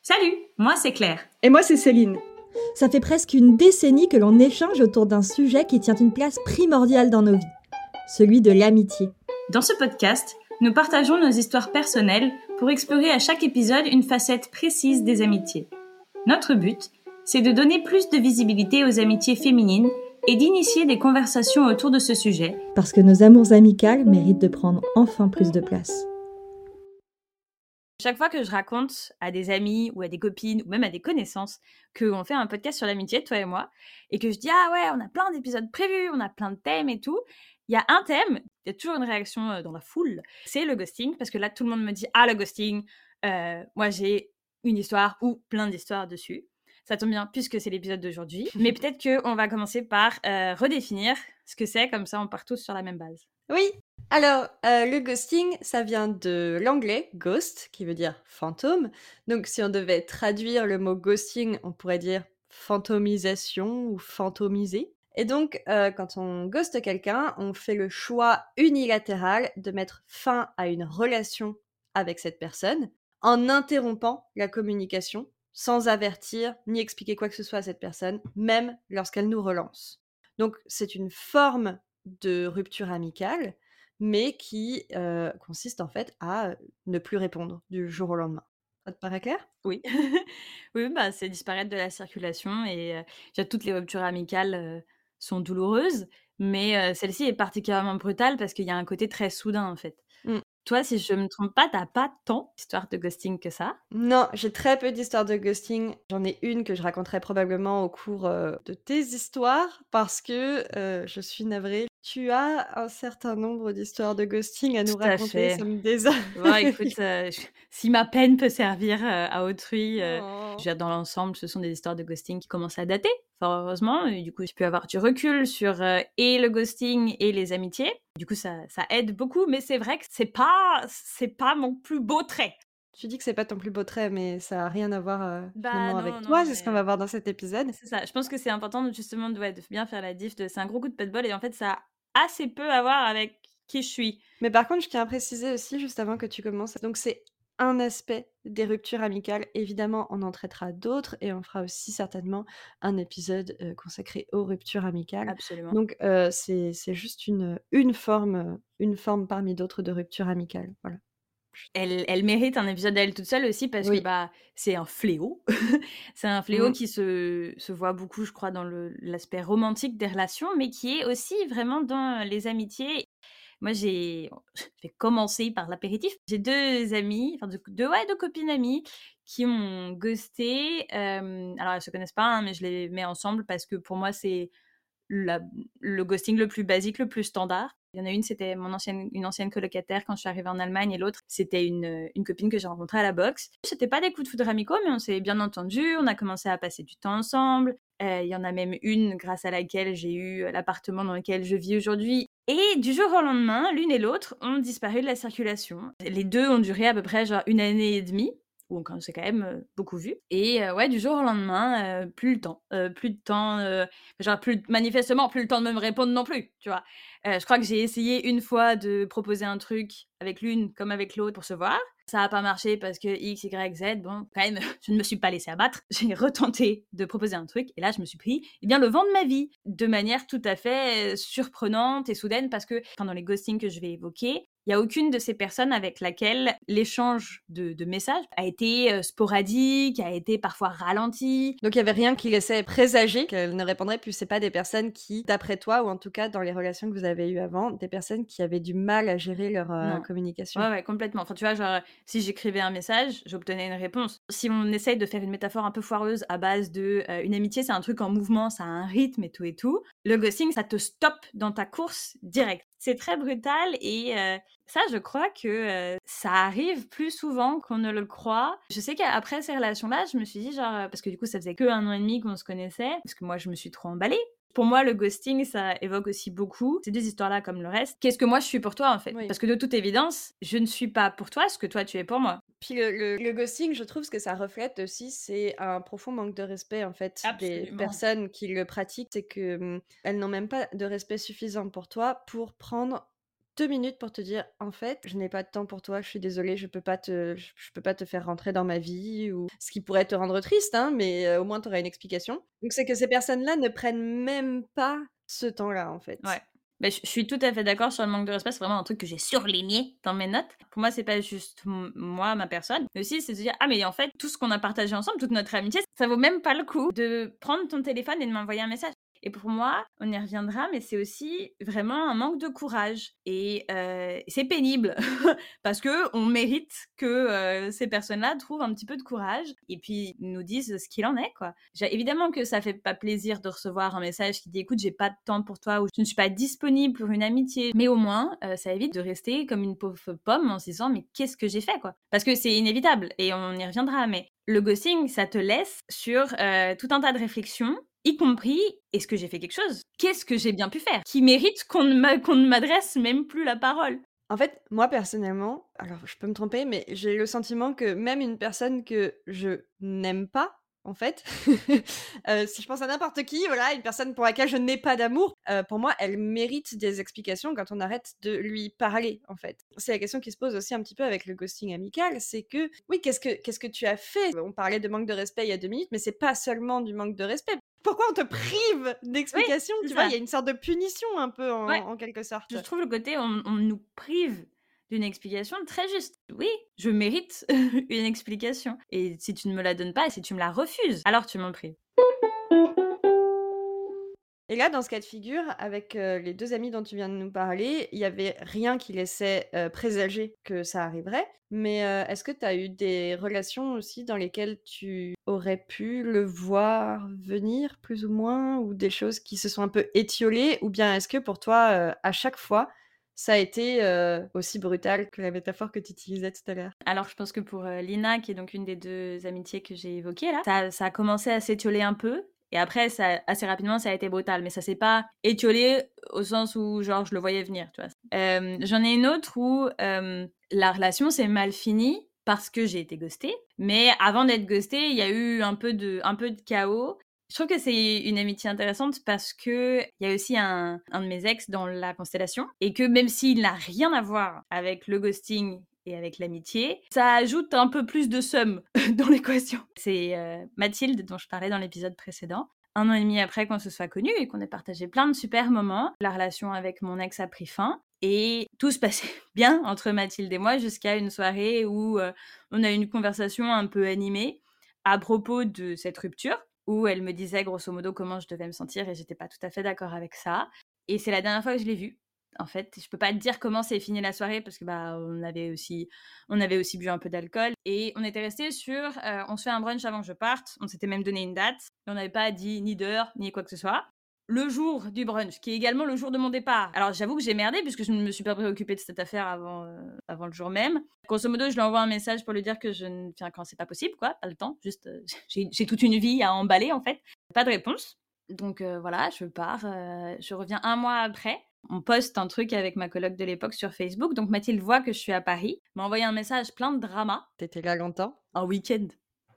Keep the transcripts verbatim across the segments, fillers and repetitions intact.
Salut, moi c'est Claire. Et moi c'est Céline. Ça fait presque une décennie que l'on échange autour d'un sujet qui tient une place primordiale dans nos vies, celui de l'amitié. Dans ce podcast, nous partageons nos histoires personnelles pour explorer à chaque épisode une facette précise des amitiés. Notre but, c'est de donner plus de visibilité aux amitiés féminines et d'initier des conversations autour de ce sujet. Parce que nos amours amicales méritent de prendre enfin plus de place. Chaque fois que je raconte à des amis ou à des copines ou même à des connaissances qu'on fait un podcast sur l'amitié, toi et moi, et que je dis « Ah ouais, on a plein d'épisodes prévus, on a plein de thèmes et tout », il y a un thème, il y a toujours une réaction dans la foule, c'est le ghosting, parce que là, tout le monde me dit « Ah, le ghosting, euh, moi j'ai une histoire ou plein d'histoires dessus ». Ça tombe bien puisque c'est l'épisode d'aujourd'hui, mais peut-être qu'on va commencer par euh, redéfinir ce que c'est, comme ça on part tous sur la même base. Oui, alors euh, le ghosting, ça vient de l'anglais ghost, qui veut dire fantôme. Donc si on devait traduire le mot ghosting, on pourrait dire fantomisation ou fantomiser. Et donc euh, quand on ghoste quelqu'un, on fait le choix unilatéral de mettre fin à une relation avec cette personne en interrompant la communication sans avertir ni expliquer quoi que ce soit à cette personne, même lorsqu'elle nous relance. Donc c'est une forme de rupture amicale, mais qui euh, consiste en fait à ne plus répondre du jour au lendemain. Ça te paraît clair ? Oui, oui, bah, c'est disparaître de la circulation et euh, toutes les ruptures amicales euh, sont douloureuses, mais euh, celle-ci est particulièrement brutale parce qu'il y a un côté très soudain en fait. Mm. Toi, si je me trompe pas, t'as pas tant d'histoires de ghosting que ça. Non, j'ai très peu d'histoires de ghosting. J'en ai une que je raconterai probablement au cours euh, de tes histoires parce que euh, je suis navrée. Tu as un certain nombre d'histoires de ghosting à nous Tout à raconter, fait. ça me désole. Bon, écoute, euh, je- si ma peine peut servir euh, à autrui, euh, Oh. je veux dire, dans l'ensemble, ce sont des histoires de ghosting qui commencent à dater, fort heureusement. Et du coup, tu peux avoir du recul sur euh, et le ghosting et les amitiés. Du coup, ça, ça aide beaucoup, mais c'est vrai que c'est pas, c'est pas mon plus beau trait. Tu dis que c'est pas ton plus beau trait, mais ça a rien à voir euh, Bah finalement non, avec non, toi, c'est ce qu'on mais va voir dans cet épisode. c'est ça. Je pense que c'est important justement de, ouais, de bien faire la diff de c'est un gros coup de pet-ball et en fait, ça a assez peu à voir avec qui je suis. Mais par contre, je tiens à préciser aussi, juste avant que tu commences, donc c'est un aspect des ruptures amicales. Évidemment, on en traitera d'autres et on fera aussi certainement un épisode euh, consacré aux ruptures amicales. Absolument. Donc, euh, c'est c'est juste une, une, forme, euh, une forme parmi d'autres de rupture amicale. Voilà. Elle, elle mérite un épisode d'elle toute seule aussi parce que Oui. bah, c'est un fléau. C'est un fléau Mm. qui se, se voit beaucoup, je crois, dans le- l'aspect romantique des relations, mais qui est aussi vraiment dans les amitiés. Moi, j'ai je vais commencer par l'apéritif. J'ai deux amies, enfin deux, deux, ouais, deux copines amies qui m'ont ghosté. Euh, alors, elles se connaissent pas, hein, mais je les mets ensemble parce que pour moi, c'est la- le ghosting le plus basique, le plus standard. Il y en a une, c'était mon ancienne, une ancienne colocataire quand je suis arrivée en Allemagne, et l'autre, c'était une, une copine que j'ai rencontrée à la boxe. C'était pas des coups de foudre amicaux, mais on s'est bien entendu, on a commencé à passer du temps ensemble. Euh, il y en a même une grâce à laquelle j'ai eu l'appartement dans lequel je vis aujourd'hui. Et du jour au lendemain, l'une et l'autre ont disparu de la circulation. Les deux ont duré à peu près genre une année et demie. Où on s'est quand même euh, beaucoup vu. Et euh, ouais, du jour au lendemain, euh, plus le temps. Euh, plus de temps, euh, genre plus, manifestement, plus le temps de me répondre non plus, tu vois. Euh, je crois que j'ai essayé une fois de proposer un truc avec l'une comme avec l'autre pour se voir. Ça n'a pas marché parce que X, Y, Z, bon, quand même, je ne me suis pas laissée abattre. J'ai retenté de proposer un truc et là, je me suis pris eh bien, le vent de ma vie de manière tout à fait surprenante et soudaine parce que pendant les ghostings que je vais évoquer, il n'y a aucune de ces personnes avec laquelle l'échange de, de messages a été euh, sporadique, a été parfois ralenti. Donc, il n'y avait rien qui laissait présager qu'elle ne répondrait plus. C'est pas des personnes qui, d'après toi, ou en tout cas dans les relations que vous avez eues avant, des personnes qui avaient du mal à gérer leur euh, communication. Ouais, ouais, complètement. Enfin, tu vois, genre, si j'écrivais un message, j'obtenais une réponse. Si on essaye de faire une métaphore un peu foireuse à base de euh, une amitié, c'est un truc en mouvement, ça a un rythme et tout et tout. Le ghosting, ça te stoppe dans ta course direct. C'est très brutal et euh, ça, je crois que euh, ça arrive plus souvent qu'on ne le croit. Je sais qu'après ces relations-là, je me suis dit, genre, parce que du coup, ça faisait que un an et demi qu'on se connaissait, parce que moi, je me suis trop emballée. Pour moi, le ghosting, ça évoque aussi beaucoup ces deux histoires-là comme le reste. Qu'est-ce que moi, je suis pour toi, en fait ? Oui. Parce que de toute évidence, je ne suis pas pour toi ce que toi, tu es pour moi. Puis le, le, le ghosting, je trouve ce que ça reflète aussi, c'est un profond manque de respect, en fait, Absolument. des personnes qui le pratiquent. C'est qu'elles n'ont même pas de respect suffisant pour toi pour prendre deux minutes pour te dire: «En fait, je n'ai pas de temps pour toi, je suis désolée, je peux pas te je je peux pas te faire rentrer dans ma vie» ou ce qui pourrait te rendre triste, hein, mais heu, au moins tu auras une explication. Donc c'est que ces personnes-là ne prennent même pas ce temps-là, en Ouais. fait. Beh, je je suis tout à fait d'accord sur le manque de respect, c'est vraiment un truc que j'ai surligné dans mes notes. Pour moi, c'est pas juste m moi, ma personne, mais aussi c'est de se dire: «Ah mais en fait, tout ce qu'on a partagé ensemble, toute notre amitié, ça vaut même pas le coup de prendre ton téléphone et de m'envoyer un message». Et pour moi, on y reviendra, mais c'est aussi vraiment un manque de courage et heu, c'est pénible parce qu'on mérite que, heu, ces personnes-là trouvent un petit peu de courage et puis nous disent ce qu'il en est, quoi. J'ai évidemment que ça fait pas plaisir de recevoir un message qui dit: «Écoute, j'ai pas de temps pour toi» ou «Je ne suis pas disponible pour une amitié», mais au moins, heu, ça évite de rester comme une pauvre pomme en se disant: «Mais qu'est-ce que j'ai fait, quoi?» Parce que c'est inévitable et on y reviendra, mais le ghosting, ça te laisse sur, heu, tout un tas de réflexions, y compris: «Est-ce que j'ai fait quelque chose? Qu'est-ce que j'ai bien pu faire? Qui mérite qu'on ne m'a qu'on ne m'adresse même plus la parole?» En fait, moi personnellement, alors je peux me tromper, mais j'ai le sentiment que même une personne que je n'aime pas, en fait, heu, si je pense à n'importe qui, voilà, une personne pour laquelle je n'ai pas d'amour, heu, pour moi, elle mérite des explications quand on arrête de lui parler, en fait. C'est la question qui se pose aussi un petit peu avec le ghosting amical, c'est que, oui, qu'est-ce que qu'est-ce que tu as fait? On parlait de manque de respect il y a deux minutes, mais c'est pas seulement du manque de respect. Pourquoi on te prive Oui, d'explications? c'est Tu vois? Il ça. y a une sorte de punition un peu Ouais. en en quelque sorte. Je trouve le côté on on nous prive d'une explication très juste. Oui, je mérite une explication et si tu ne me la donnes pas et si tu me la refuses, alors tu m'en prives. Et là, dans ce cas de figure, avec, heu, les deux amis dont tu viens de nous parler, il y avait rien qui laissait, heu, présager que ça arriverait. Mais, heu, est-ce que tu as eu des relations aussi dans lesquelles tu aurais pu le voir venir plus ou moins? Ou des choses qui se sont un peu étiolées? Ou bien est-ce que pour toi, heu, à chaque fois, ça a été, heu, aussi brutal que la métaphore que tu utilisais tout à l'heure? Alors je pense que pour, heu, Lina, qui est donc une des deux amitiés que j'ai évoquées là, ça ça a commencé à s'étioler un peu et après ça assez rapidement ça a été brutal, mais ça s'est pas étiolé au sens où genre je le voyais venir, tu vois? Hem, j'en ai une autre où, hem, la relation s'est mal finie parce que j'ai été ghostée, mais avant d'être ghostée, il y a eu un peu de un peu de chaos. Je trouve que c'est une amitié intéressante parce qu'il y a aussi un un de mes ex dans la constellation et que même s'il n'a rien à voir avec le ghosting et avec l'amitié, ça ajoute un peu plus de seum dans l'équation. C'est, heu, Mathilde dont je parlais dans l'épisode précédent. Un an et demi après qu'on se soit connus et qu'on ait partagé plein de super moments, la relation avec mon ex a pris fin et tout se passait bien entre Mathilde et moi jusqu'à une soirée où, heu, on a eu une conversation un peu animée à propos de cette rupture où elle me disait grosso modo comment je devais me sentir et j'étais pas tout à fait d'accord avec ça et c'est la dernière fois que je l'ai vue. En fait, je peux pas te dire comment s'est finie la soirée parce que, bah, on avait aussi on avait aussi bu un peu d'alcool et on était resté sur, heu, on se fait un brunch avant que je parte. On s'était même donné une date et on n'avait pas dit ni d'heure, ni quoi que ce soit. Le jour du brunch, qui est également le jour de mon départ. Alors j'avoue que j'ai merdé puisque je ne me suis pas préoccupée de cette affaire avant, heu, avant le jour même. Grosso modo, je lui envoie un message pour lui dire que je ne enfin, quand c'est pas possible quoi, pas le temps, juste, heu, j'ai j'ai toute une vie à emballer en fait. Pas de réponse. Donc heu, voilà, je pars, heu, je reviens un mois après. On poste un truc avec ma coloc de l'époque sur Facebook, donc Mathilde voit que je suis à Paris, m'a envoyé un message plein de drama. Tu étais là longtemps? Un week-end.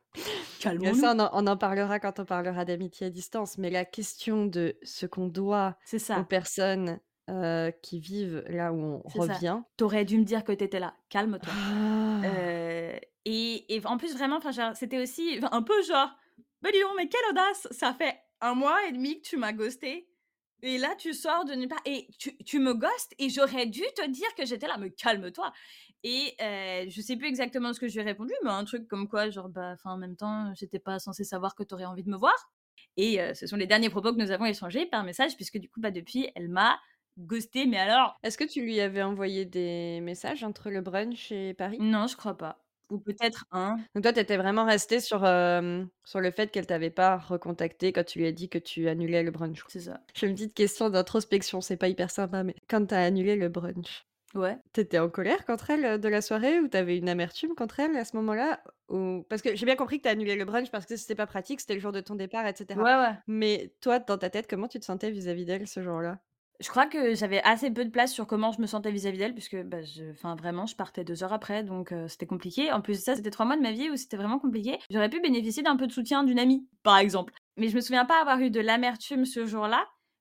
Mais ça, Calmons-nous. on en on en parlera quand on parlera d'amitié à distance, mais la question de ce qu'on doit C'est aux ça, personnes, heu, qui vivent là où on c'est ça. revient. Tu aurais dû me dire que tu étais là. Calme-toi. Ah! Heu et et en plus vraiment, enfin genre, c'était aussi enfin un peu genre: «Bah, dis donc, mais quelle audace! Ça fait un mois et demi que tu m'as ghosté et là tu sors de nulle part et tu tu me ghostes et j'aurais dû te dire que j'étais là, mais calme-toi» et heu, je sais plus exactement ce que je lui ai répondu, mais un truc comme quoi genre, bah, enfin en même temps, j'étais pas censée savoir que tu aurais envie de me voir et heu, ce sont les derniers propos que nous avons échangés par message puisque du coup, bah, depuis elle m'a ghosté mais alors Est-ce que tu lui avais envoyé des messages entre le brunch et Paris? non, je crois pas ou peut-être un, Donc toi, tu étais vraiment restée sur, hem, sur le fait qu'elle t'avait pas recontacté quand tu lui as dit que tu annulais le brunch? c'est ça. J'ai une petite question d'introspection, c'est pas hyper sympa, mais quand tu as annulé le brunch, Ouais. tu étais en colère contre elle, heu, de la soirée ou tu avais une amertume contre elle à ce moment-là? Ou parce que j'ai bien compris que tu as annulé le brunch parce que c'était pas pratique, c'était le jour de ton départ et cetera. Ouais, ouais. Mais toi, dans ta tête, comment tu te sentais vis-à-vis d'elle ce jour-là? Je crois que j'avais assez peu de place sur comment je me sentais vis-à-vis d'elle puisque, bah, je enfin vraiment, je partais deux heures après donc heu, c'était compliqué. En plus de ça, c'était trois mois de ma vie où c'était vraiment compliqué. J'aurais pu bénéficier d'un peu de soutien d'une amie, par exemple. Mais je me souviens pas avoir eu de l'amertume ce jour-là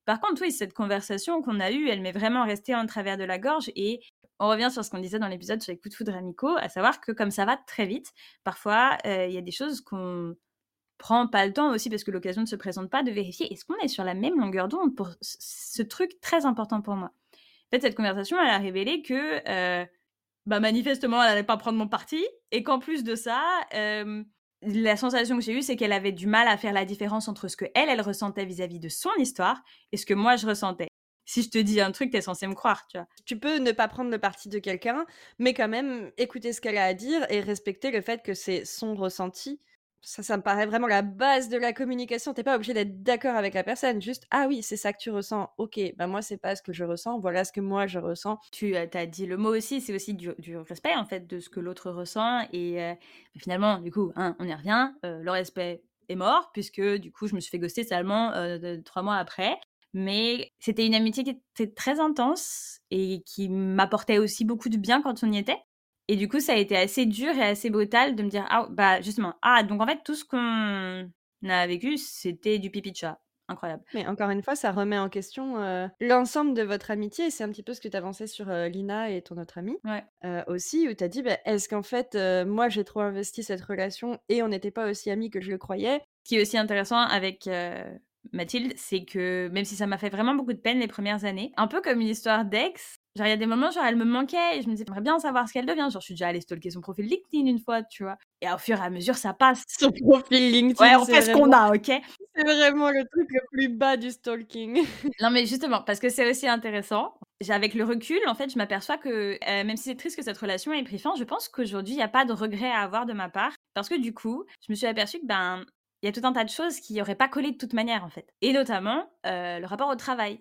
Par contre, oui, cette conversation qu'on a eue, elle m'est vraiment restée en travers de la gorge et on revient sur ce qu'on disait dans l'épisode sur les coups de foudre amicaux, à savoir que comme ça va très vite, parfois, heu, il y a des choses qu'on prend pas le temps aussi parce que l'occasion ne se présente pas de vérifier est-ce qu'on est sur la même longueur d'onde pour ce ce truc très important pour moi. En fait, cette conversation, elle a révélé que, heu, bah, manifestement, elle allait pas prendre mon parti et qu'en plus de ça, hem, la sensation que j'ai eue, c'est qu'elle avait du mal à faire la différence entre ce qu'elle, elle ressentait vis-à-vis de son histoire et ce que moi je ressentais. Si je te dis un truc, tu es censé me croire, tu vois? Tu peux ne pas prendre le parti de quelqu'un, mais quand même écouter ce qu'elle a à dire et respecter le fait que c'est son ressenti. Ça, ça me paraît vraiment la base de la communication. Tu es pas obligé d'être d'accord avec la personne, juste: «Ah oui, c'est ça que tu ressens. OK, bah, moi, c'est pas ce que je ressens. Voilà ce que moi je ressens». Tu as tu as dit le mot aussi, c'est aussi du du respect, en fait, de ce que l'autre ressent et heu, finalement, du coup, hein, on y revient, heu, le respect est mort puisque, du coup, je me suis fait ghoster seulement, heu, de trois mois après. Mais c'était une amitié qui était très intense et qui m'apportait aussi beaucoup de bien quand on y était et du coup, ça a été assez dur et assez brutal de me dire: «Ah, bah, justement, ah donc en fait, tout ce qu'on a vécu, c'était du pipi de chat». Incroyable. Mais encore une fois, ça remet en question, heu, l'ensemble de votre amitié. C'est un petit peu ce que tu avançais sur, heu, Lina et ton autre amie, Ouais. heu, aussi, où tu as dit: «Bah, est-ce qu'en fait, heu, moi, j'ai trop investi cette relation et on n'était pas aussi amis que je le croyais?» Ce qui est aussi intéressant avec, heu, Mathilde, c'est que même si ça m'a fait vraiment beaucoup de peine les premières années, un peu comme une histoire d'ex, genre il y a des moments, genre elle me manquait et je me disais: «J'aimerais bien savoir ce qu'elle devient». Genre je suis déjà allée stalker son profil LinkedIn une fois, tu vois? Et au fur et à mesure, ça passe. Son profil Ouais, LinkedIn, on c'est fait ce qu'on vraiment a, OK? c'est vraiment le truc le plus bas du stalking. Non, mais justement, parce que c'est aussi intéressant. J'ai avec le recul, en fait, je m'aperçois que, heu, même si c'est triste que cette relation ait pris fin, je pense qu'aujourd'hui, il y a pas de regret à avoir de ma part. Parce que du coup, je me suis aperçue que, ben, il y a tout un tas de choses qui auraient pas collé de toute manière, en fait. Et notamment, heu, le rapport au travail.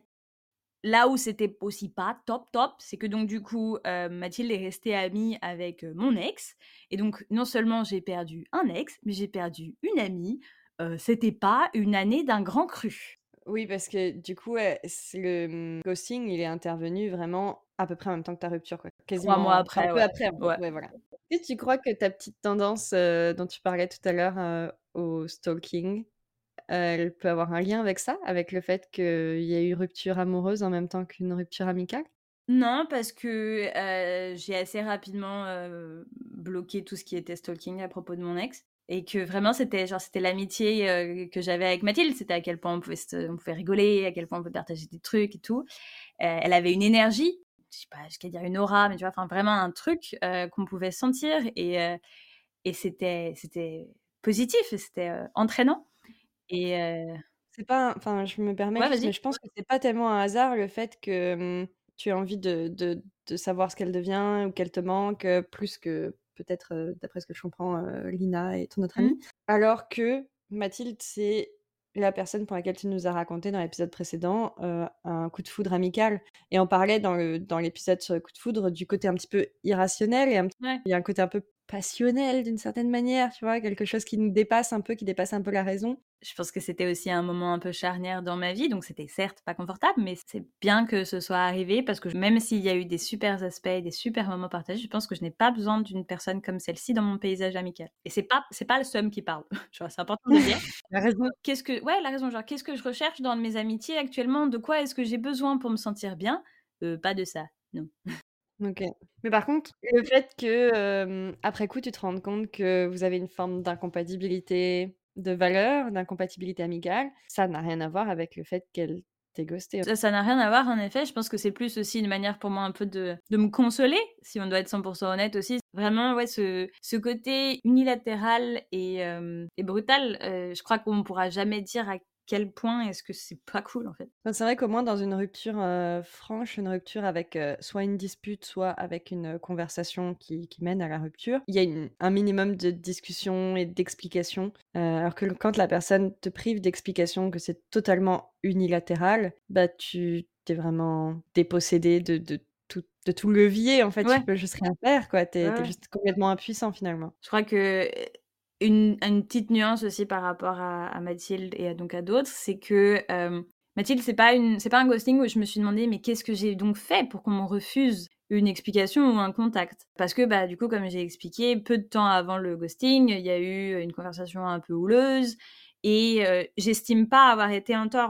Là où c'était aussi pas top, top, c'est que donc du coup, heu, Mathilde est restée amie avec, heu, mon ex et donc non seulement j'ai perdu un ex, mais j'ai perdu une amie. Heu, c'était pas une année d'un grand cru. Oui, parce que du coup, ouais, c'est le, mmh, ghosting, il est intervenu vraiment à peu près en même temps que ta rupture, quoi. trois mois Quasiment, enfin, un après, peu ouais. après, en fait, Ouais. ouais, voilà. Et tu crois que ta petite tendance, heu, dont tu parlais tout à l'heure, heu, au stalking, elle peut avoir un lien avec ça? Avec le fait qu'il y a eu rupture amoureuse en même temps qu'une rupture amicale? Non, parce que, heu, j'ai assez rapidement, heu, bloqué tout ce qui était stalking à propos de mon ex et que vraiment c'était genre c'était l'amitié, heu, que j'avais avec Mathilde. C'était à quel point on pouvait se on pouvait rigoler, à quel point on pouvait partager des trucs et tout. Heu, elle avait une énergie, je sais pas jusqu'à dire une aura, mais tu vois? Enfin vraiment un truc, heu, qu'on pouvait sentir et heu et c'était c'était positif et c'était, heu, entraînant et heu C'est pas un enfin, je me permets ouais, juste, mais vas-y. je pense que c'est pas tellement un hasard le fait que, mmh, tu aies envie de de de savoir ce qu'elle devient ou qu'elle te manque, heu, plus que peut-être, heu, d'après ce que je comprends, heu, Lina et ton autre Mmh. amie. Alors que Mathilde, c'est la personne pour laquelle tu nous as raconté dans l'épisode précédent, heu, un coup de foudre amical et on parlait dans le dans l'épisode sur le coup de foudre du côté un petit peu irrationnel et un petit Ouais. il y a un côté un peu passionnel d'une certaine manière, tu vois? Quelque chose qui nous dépasse un peu, qui dépasse un peu la raison. Je pense que c'était aussi un moment un peu charnière dans ma vie, donc c'était certes pas confortable, mais c'est bien que ce soit arrivé parce que même s'il y a eu des super aspects, des super moments partagés, je pense que je n'ai pas besoin d'une personne comme celle-ci dans mon paysage amical. Et c'est pas c'est pas le seum qui parle, tu vois? C'est important de le dire. La raison. Qu'est-ce que ouais, la raison, genre qu'est-ce que je recherche dans mes amitiés actuellement? De quoi est-ce que j'ai besoin pour me sentir bien? Heu, pas de ça, non. OK. Mais par contre, le fait que, hem, après coup, tu te rendes compte que vous avez une forme d'incompatibilité de valeurs, d'incompatibilité amicale, ça n'a rien à voir avec le fait qu'elle t'ait ghosté. Ça ça n'a rien à voir en effet, je pense que c'est plus aussi une manière pour moi un peu de de me consoler, si on doit être cent pour cent honnête aussi. Vraiment, ouais, ce ce côté unilatéral et hem et brutal, heu, je crois qu'on ne pourra jamais dire à quel point est-ce que c'est pas cool, en fait. Enfin, c'est vrai qu'au moins dans une rupture, heu, franche, une rupture avec, heu, soit une dispute, soit avec une, heu, conversation qui qui mène à la rupture, il y a une un minimum de discussion et d'explication, heu, alors que le quand la personne te prive d'explication, que c'est totalement unilatéral, bah, tu tu es vraiment dépossédé de de tout de tout levier, en fait, tu Ouais, peux juste rien faire, quoi. Tu ouais, es tu es ouais. juste complètement impuissant, finalement. Je crois que, heu, une une petite nuance aussi par rapport à à Mathilde et à donc à d'autres, c'est que, hem, Mathilde, c'est pas une c'est pas un ghosting où je me suis demandé: «Mais qu'est-ce que j'ai donc fait pour qu'on me refuse une explication ou un contact?» Parce que, bah, du coup, comme j'ai expliqué, peu de temps avant le ghosting, il y a eu une conversation un peu houleuse et heu, j'estime pas avoir été en tort, en fait.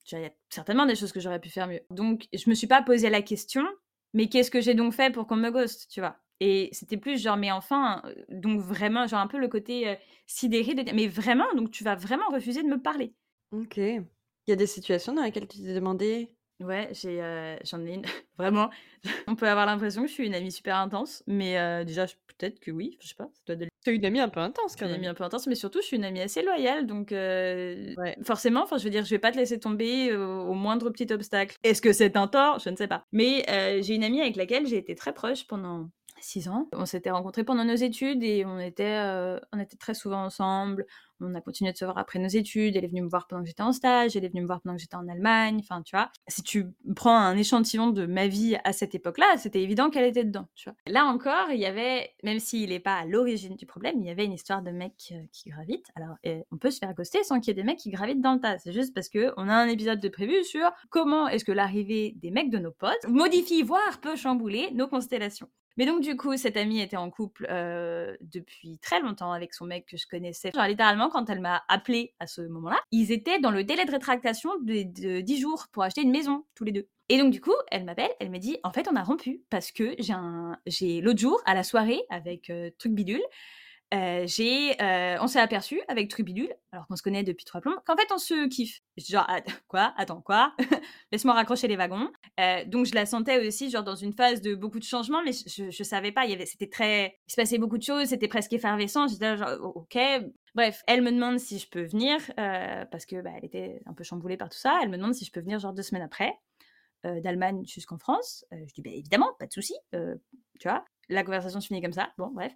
Tu vois, il y a certainement des choses que j'aurais pu faire mieux. Donc je me suis pas posé la question: «Mais qu'est-ce que j'ai donc fait pour qu'on me ghoste?» tu vois? Et c'était plus genre: «Mais enfin, heu, donc vraiment», genre un peu le côté, heu, sidéré de dire: «Mais vraiment? Donc tu vas vraiment refuser de me parler?» OK. Il y a des situations dans lesquelles tu t'es demandé Ouais, j'ai, heu, j'en ai une vraiment, on peut avoir l'impression que je suis une amie super intense, mais heu, déjà j peut-être que oui, je sais pas, ça doit de tu une amie un peu intense je quand suis une amie même? un peu intense, mais surtout je suis une amie assez loyale donc heu, Ouais. forcément, enfin je veux dire, je vais pas te laisser tomber au au moindre petit obstacle. Est-ce que c'est un tort? Je ne sais pas. Mais heu, j'ai une amie avec laquelle j'ai été très proche pendant six ans. On s'était rencontrés pendant nos études et on était, heu, on était très souvent ensemble. On a continué de se voir après nos études. Elle est venue me voir pendant que j'étais en stage, elle est venue me voir pendant que j'étais en Allemagne, enfin, tu vois? Si tu prends un échantillon de ma vie à cette époque-là, c'était évident qu'elle était dedans, tu vois? Là encore, il y avait, même s'il est pas à l'origine du problème, il y avait une histoire de mecs, heu, qui gravitent. Alors, heu, on peut se faire ghoster sans qu'il y ait des mecs qui gravitent dans le tas. C'est juste parce qu'on a un épisode de prévu sur comment est-ce que l'arrivée des mecs de nos potes modifie, voire peut chambouler nos constellations. Mais donc du coup, cette amie était en couple, heu, depuis très longtemps avec son mec que je connaissais. Genre littéralement quand elle m'a appelée à ce moment-là, ils étaient dans le délai de rétractation de de dix jours pour acheter une maison tous les deux. Et donc du coup, elle m'appelle, elle me dit: «En fait, on a rompu parce que j'ai un j'ai l'autre jour à la soirée avec, heu, truc bidule, Heu, j'ai, heu, on s'est aperçu avec Trubidule, alors qu'on se connaît depuis trois plombes, qu'en fait on se kiffe. J'étais genre: «Att quoi? Attends quoi? Laisse-moi raccrocher les wagons». Heu, donc je la sentais aussi genre dans une phase de beaucoup de changements, mais je je je savais pas, il y avait c'était très il se passait beaucoup de choses, c'était presque effervescent. J'étais là genre: «O OK». Bref, elle me demande si je peux venir, heu, parce que, bah, elle était un peu chamboulée par tout ça. Elle me demande si je peux venir genre deux semaines après, heu, d'Allemagne jusqu'en France. Heu, je dis: «Beh, évidemment, pas de souci», heu, tu vois? La conversation se finit comme ça. Bon bref.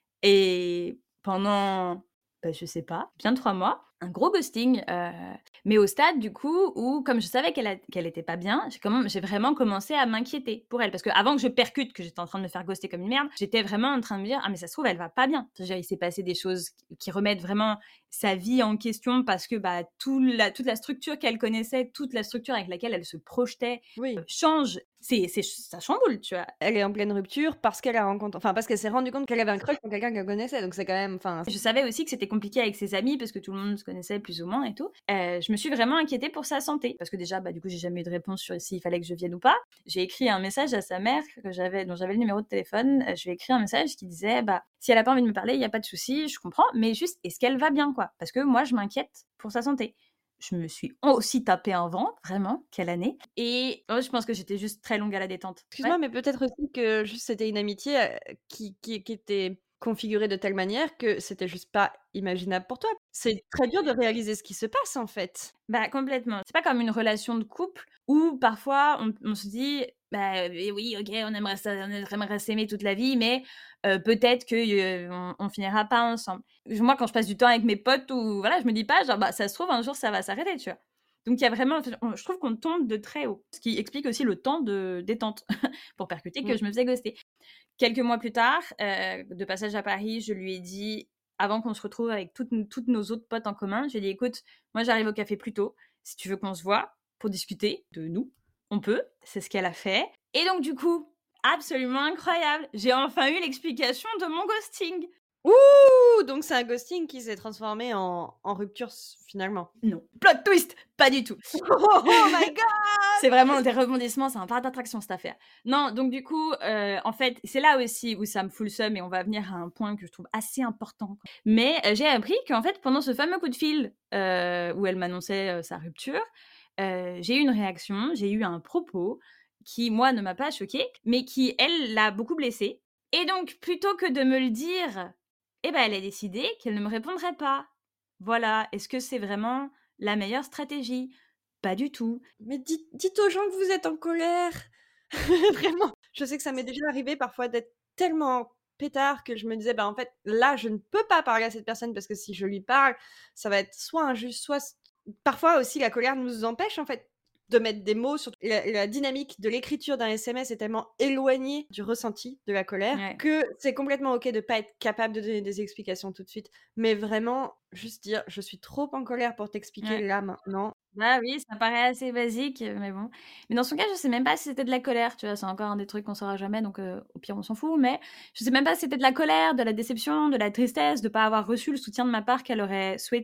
Et pendant, bah, je sais pas, bien trois mois, un gros ghosting, heu, mais au stade du coup où comme je savais qu'elle a qu'elle était pas bien, j'ai quand même j'ai vraiment commencé à m'inquiéter pour elle. Parce qu'avant que je percute que j'étais en train de me faire ghoster comme une merde, j'étais vraiment en train de me dire: «Ah mais ça se trouve elle va pas bien». Je veux dire, il s'est passé des choses qui qui remettent vraiment sa vie en question parce que, bah, tout la toute la structure qu'elle connaissait, toute la structure avec laquelle elle se projetait, heu, Oui. change. C'est c'est ça chamboule, tu vois? Elle est en pleine rupture parce qu'elle a rencontré enfin, parce qu'elle s'est rendue compte qu'elle avait un crush sur quelqu'un qu'elle connaissait, donc c'est quand même enfin Je savais aussi que c'était compliqué avec ses amis parce que tout le monde se connaissait plus ou moins et tout. Heu, je me suis vraiment inquiétée pour sa santé parce que déjà, bah, du coup, j'ai jamais eu de réponse sur s'il fallait que je vienne ou pas. J'ai écrit un message à sa mère que j'avais dont j'avais le numéro de téléphone. Heu, je lui ai écrit un message qui disait: «Bah, si elle a pas envie de me parler, il y a pas de souci, je comprends, mais juste est-ce qu'elle va bien, quoi? Parce que moi, je m'inquiète pour sa santé». Je me suis aussi tapé un vent, vraiment, quelle année. Et oh, je pense que j'étais juste très longue à la détente. Ouais. excuse-moi, mais peut-être aussi que juste c'était une amitié, heu, qui qui qui était configurée de telle manière que c'était juste pas imaginable pour toi. C'est très dur de réaliser ce qui se passe, en fait. Bah, complètement. C'est pas comme une relation de couple où parfois on on se dit: «Bah, et oui, OK, on aimerait ça on aimerait s'aimer toute la vie, mais heu, peut-être que, heu, on on finira pas ensemble». Moi, quand je passe du temps avec mes potes ou voilà, je me dis pas genre: «Bah, ça se trouve un jour ça va s'arrêter», tu vois? Donc il y a vraiment enfin, on je trouve qu'on tombe de très haut, ce qui explique aussi le temps de détente pour percuter que Mmh. je me faisais ghoster. Quelques mois plus tard, heu, de passage à Paris, je lui ai dit, avant qu'on se retrouve avec toutes n toutes nos autres potes en commun, j'ai dit: «Écoute, moi j'arrive au café plus tôt. Si tu veux qu'on se voit pour discuter de nous, on peut». C'est ce qu'elle a fait et donc du coup, absolument incroyable, j'ai enfin eu l'explication de mon ghosting. Ouh! Donc c'est un ghosting qui s'est transformé en en rupture s finalement. Non, plot twist, pas du tout. Oh my god! C'est vraiment des rebondissements, c'est un parc d'attraction cette affaire. Non, donc du coup, heu, en fait, c'est là aussi où ça me fout le seum et on va venir à un point que je trouve assez important. Mais, heu, j'ai appris qu'en fait, pendant ce fameux coup de fil, heu, où elle m'annonçait, heu, sa rupture, heu, j'ai eu une réaction, j'ai eu un propos qui, moi, ne m'a pas choquée, mais qui, elle, l'a beaucoup blessée. Et donc, plutôt que de me le dire, eh ben, elle a décidé qu'elle ne me répondrait pas. Voilà. Est-ce que c'est vraiment la meilleure stratégie? Pas du tout. Mais dites dites aux gens que vous êtes en colère. Vraiment. Je sais que ça m'est déjà arrivé parfois d'être tellement pétard que je me disais: «Bah, en fait, là, je ne peux pas parler à cette personne parce que si je lui parle, ça va être soit injuste, soit s» parfois aussi la colère nous empêche, en fait, de mettre des mots sur la la dynamique de l'écriture d'un S M S est tellement éloignée du ressenti de la colère Ouais. que c'est complètement OK de pas être capable de donner des explications tout de suite. Mais vraiment, juste dire: «Je suis trop en colère pour t'expliquer Ouais. là, maintenant». Bah, oui, ça paraît assez basique, heu, mais bon. Mais dans son cas, je sais même pas si c'était de la colère, tu vois? C'est encore un des trucs qu'on saura jamais, donc heu, au pire, on s'en fout, mais je sais même pas si c'était de la colère, de la déception, de la tristesse de pas avoir reçu le soutien de ma part qu'elle aurait souhaité.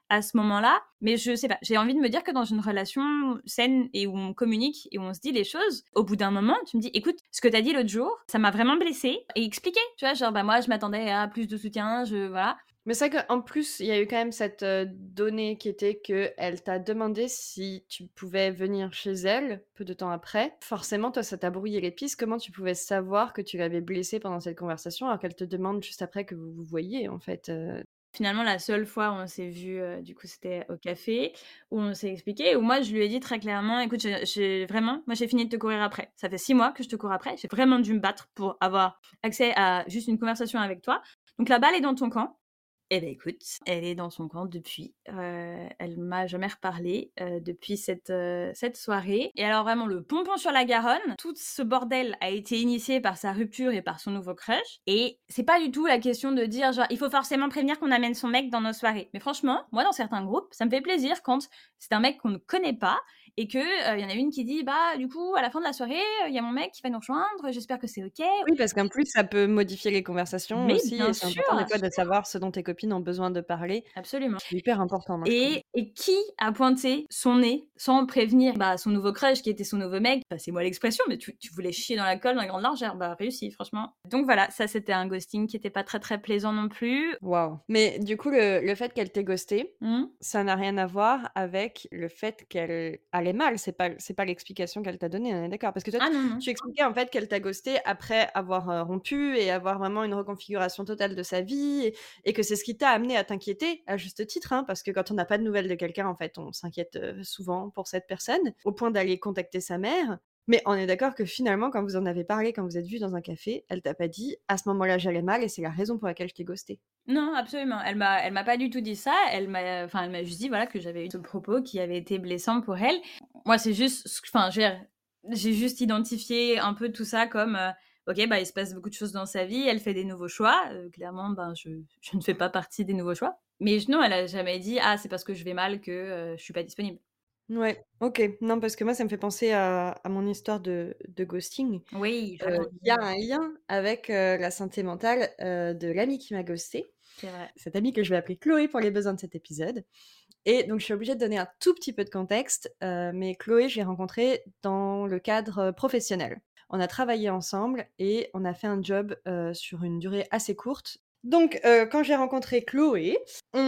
à ce moment-là. Mais je sais pas, j'ai envie de me dire que dans une relation saine et où on communique et où on se dit les choses, au bout d'un moment, tu me dis: «Écoute, ce que tu as dit l'autre jour, ça m'a vraiment blessée» et expliquer, tu vois? Genre, bah, moi, je m'attendais à plus de soutien, je voilà. Mais c'est vrai qu'en plus, il y a eu quand même cette, heu, donnée qui était qu'elle t'a demandé si tu pouvais venir chez elle, peu de temps après. Forcément, toi, ça t'a brouillé les pistes. Comment tu pouvais savoir que tu l'avais blessée pendant cette conversation, alors qu'elle te demande juste après que vous vous voyiez, en fait, heu? Finalement, la seule fois où on s'est vus, heu, du coup, c'était au café, où on s'est expliqué, où moi, je lui ai dit très clairement: «Écoute, j'ai j'ai vraiment moi, j'ai fini de te courir après. Ça fait six mois que je te cours après. J'ai vraiment dû me battre pour avoir accès à juste une conversation avec toi. Donc la balle est dans ton camp». Eh beh, écoute, elle est dans son camp depuis. Heu, elle m'a jamais reparlé, heu, depuis cette, heu, cette soirée et alors vraiment le pompon sur la Garonne, tout ce bordel a été initié par sa rupture et par son nouveau crush et c'est pas du tout la question de dire genre: «Il faut forcément prévenir qu'on amène son mec dans nos soirées». Mais franchement, moi dans certains groupes, ça me fait plaisir quand c'est un mec qu'on ne connaît pas et que, heu, y en a une qui dit: «Bah, du coup, à la fin de la soirée, il y a mon mec qui va nous rejoindre, j'espère que c'est OK». Oui, parce qu'en plus, ça peut modifier les conversations Mais aussi et bien c'est important des sûr! fois de savoir ce dont tes copines ont besoin de parler. Absolument. C'est hyper important, moi, je trouve. Et et qui a pointé son nez sans prévenir, bah, son nouveau crush qui était son nouveau mec? Passez-moi l'expression, mais tu tu voulais chier dans la colle, dans la grande largeur. Bah, réussi franchement. Donc voilà, ça c'était un ghosting qui était pas très, très plaisant non plus. Waouh! Mais du coup, le le fait qu'elle t'ait ghosté, Mmh. ça n'a rien à voir avec le fait qu'elle allait mal. C'est pas c'est pas l'explication qu'elle t'a donnée, on est d'accord? Parce que toi, Ah tu non, non. tu expliquais en fait qu'elle t'a ghosté après avoir, heu, rompu et avoir vraiment une reconfiguration totale de sa vie et et que c'est ce qui t'a amené à t'inquiéter, à juste titre, hein, parce que quand on n'a pas de nouvelles de quelqu'un, en fait, on s'inquiète, heu, souvent pour cette personne, au point d'aller contacter sa mère. Mais on est d'accord que finalement, quand vous en avez parlé, quand vous êtes vus dans un café, elle t'a pas dit: «À ce moment-là, j'allais mal et c'est la raison pour laquelle je t'ai ghosté». Non, absolument. Elle m'a elle m'a pas du tout dit ça. Elle m'a enfin, elle m'a juste dit, voilà, que j'avais eu ce propos qui avait été blessant pour elle. Moi, c'est juste ce q enfin, je veux dire, j'ai juste identifié un peu tout ça comme, heu, OK, bah, il se passe beaucoup de choses dans sa vie, elle fait des nouveaux choix. Heu, clairement, ben, je je ne fais pas partie des nouveaux choix. Mais j non, elle a jamais dit: «Ah, c'est parce que je vais mal que, heu, je suis pas disponible». Ouais, OK. Non, parce que moi, ça me fait penser à à mon histoire de de ghosting, Oui, heu, qui a raconte-moi. un lien avec, heu, la santé mentale, heu, de l'amie qui m'a ghostée. C'est vrai. Cette amie que je vais appeler Chloé pour les besoins de cet épisode et donc je suis obligée de donner un tout petit peu de contexte, heu, mais Chloé, je l'ai rencontrée dans le cadre, heu, professionnel. On a travaillé ensemble et on a fait un job, heu, sur une durée assez courte. Donc heu, quand j'ai rencontré Chloé,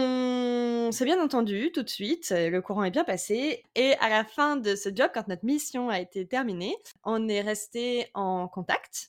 on s'est bien entendu tout de suite, heu, le courant est bien passé et à la fin de ce job, quand notre mission a été terminée, on est restés en contact.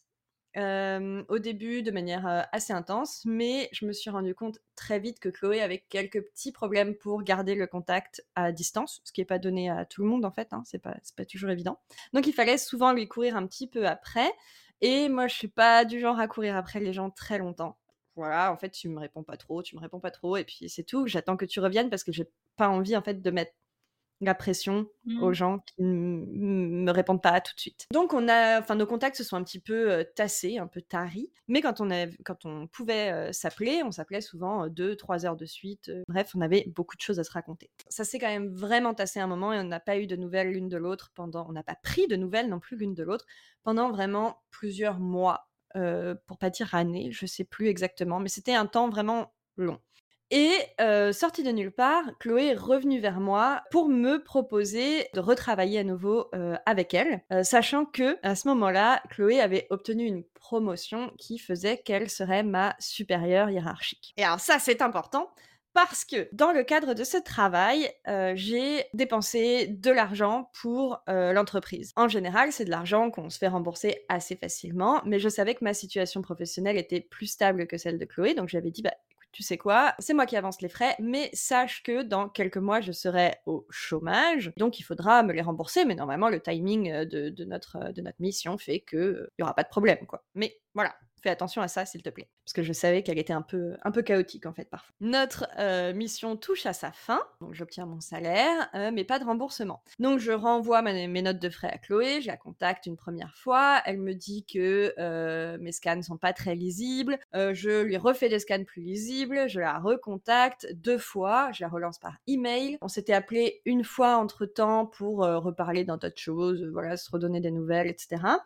Hem, au début de manière, heu, assez intense, mais je me suis rendu compte très vite que Chloé avait quelques petits problèmes pour garder le contact à distance, ce qui est pas donné à tout le monde en fait, hein, c'est pas c'est pas toujours évident. Donc il fallait souvent lui courir un petit peu après et moi je suis pas du genre à courir après les gens très longtemps. Voilà, en fait, tu me réponds pas trop, tu me réponds pas trop et puis c'est tout. J'attends que tu reviennes parce que j'ai pas envie en fait de mettre la pression aux Mmh. gens qui m m me répondent pas tout de suite. Donc on a enfin nos contacts se sont un petit peu, heu, tassés, un peu taris, mais quand on av quand on pouvait, heu, s'appeler, on s'appelait souvent, heu, deux trois heures de suite, heu, bref, on avait beaucoup de choses à se raconter. Ça s'est quand même vraiment tassé un moment et on n'a pas eu de nouvelles l'une de l'autre pendant on n'a pas pris de nouvelles non plus l'une de l'autre pendant vraiment plusieurs mois, heu, pour pas dire années, je sais plus exactement, mais c'était un temps vraiment long. Et heu, sortie de nulle part, Chloé est revenue vers moi pour me proposer de retravailler à nouveau, heu, avec elle, heu, sachant qu'à ce moment-là, Chloé avait obtenu une promotion qui faisait qu'elle serait ma supérieure hiérarchique. Et alors ça, c'est important parce que dans le cadre de ce travail, heu, j'ai dépensé de l'argent pour, heu, l'entreprise. En général, c'est de l'argent qu'on se fait rembourser assez facilement, mais je savais que ma situation professionnelle était plus stable que celle de Chloé, donc je lui avais dit: «Bah, tu sais quoi? C'est moi qui avance les frais, mais sache que dans quelques mois, je serai au chômage, donc il faudra me les rembourser, mais normalement le timing, heu, de de notre, heu, de notre mission fait que, heu, il y aura pas de problème, quoi. Mais voilà, fais attention à ça, s'il te plaît». Parce que je savais qu'elle était un peu un peu chaotique, en fait, parfois. Notre, heu, mission touche à sa fin, donc j'obtiens mon salaire, heu, mais pas de remboursement. Donc je renvoie ma mes notes de frais à Chloé, je la contacte une première fois, elle me dit que, heu, mes scans sont pas très lisibles, heu, je lui refais des scans plus lisibles, je la recontacte deux fois, je la relance par email. On s'était appelé une fois entre-temps pour, heu, reparler d'un tas de choses, heu, voilà, se redonner des nouvelles et cetera.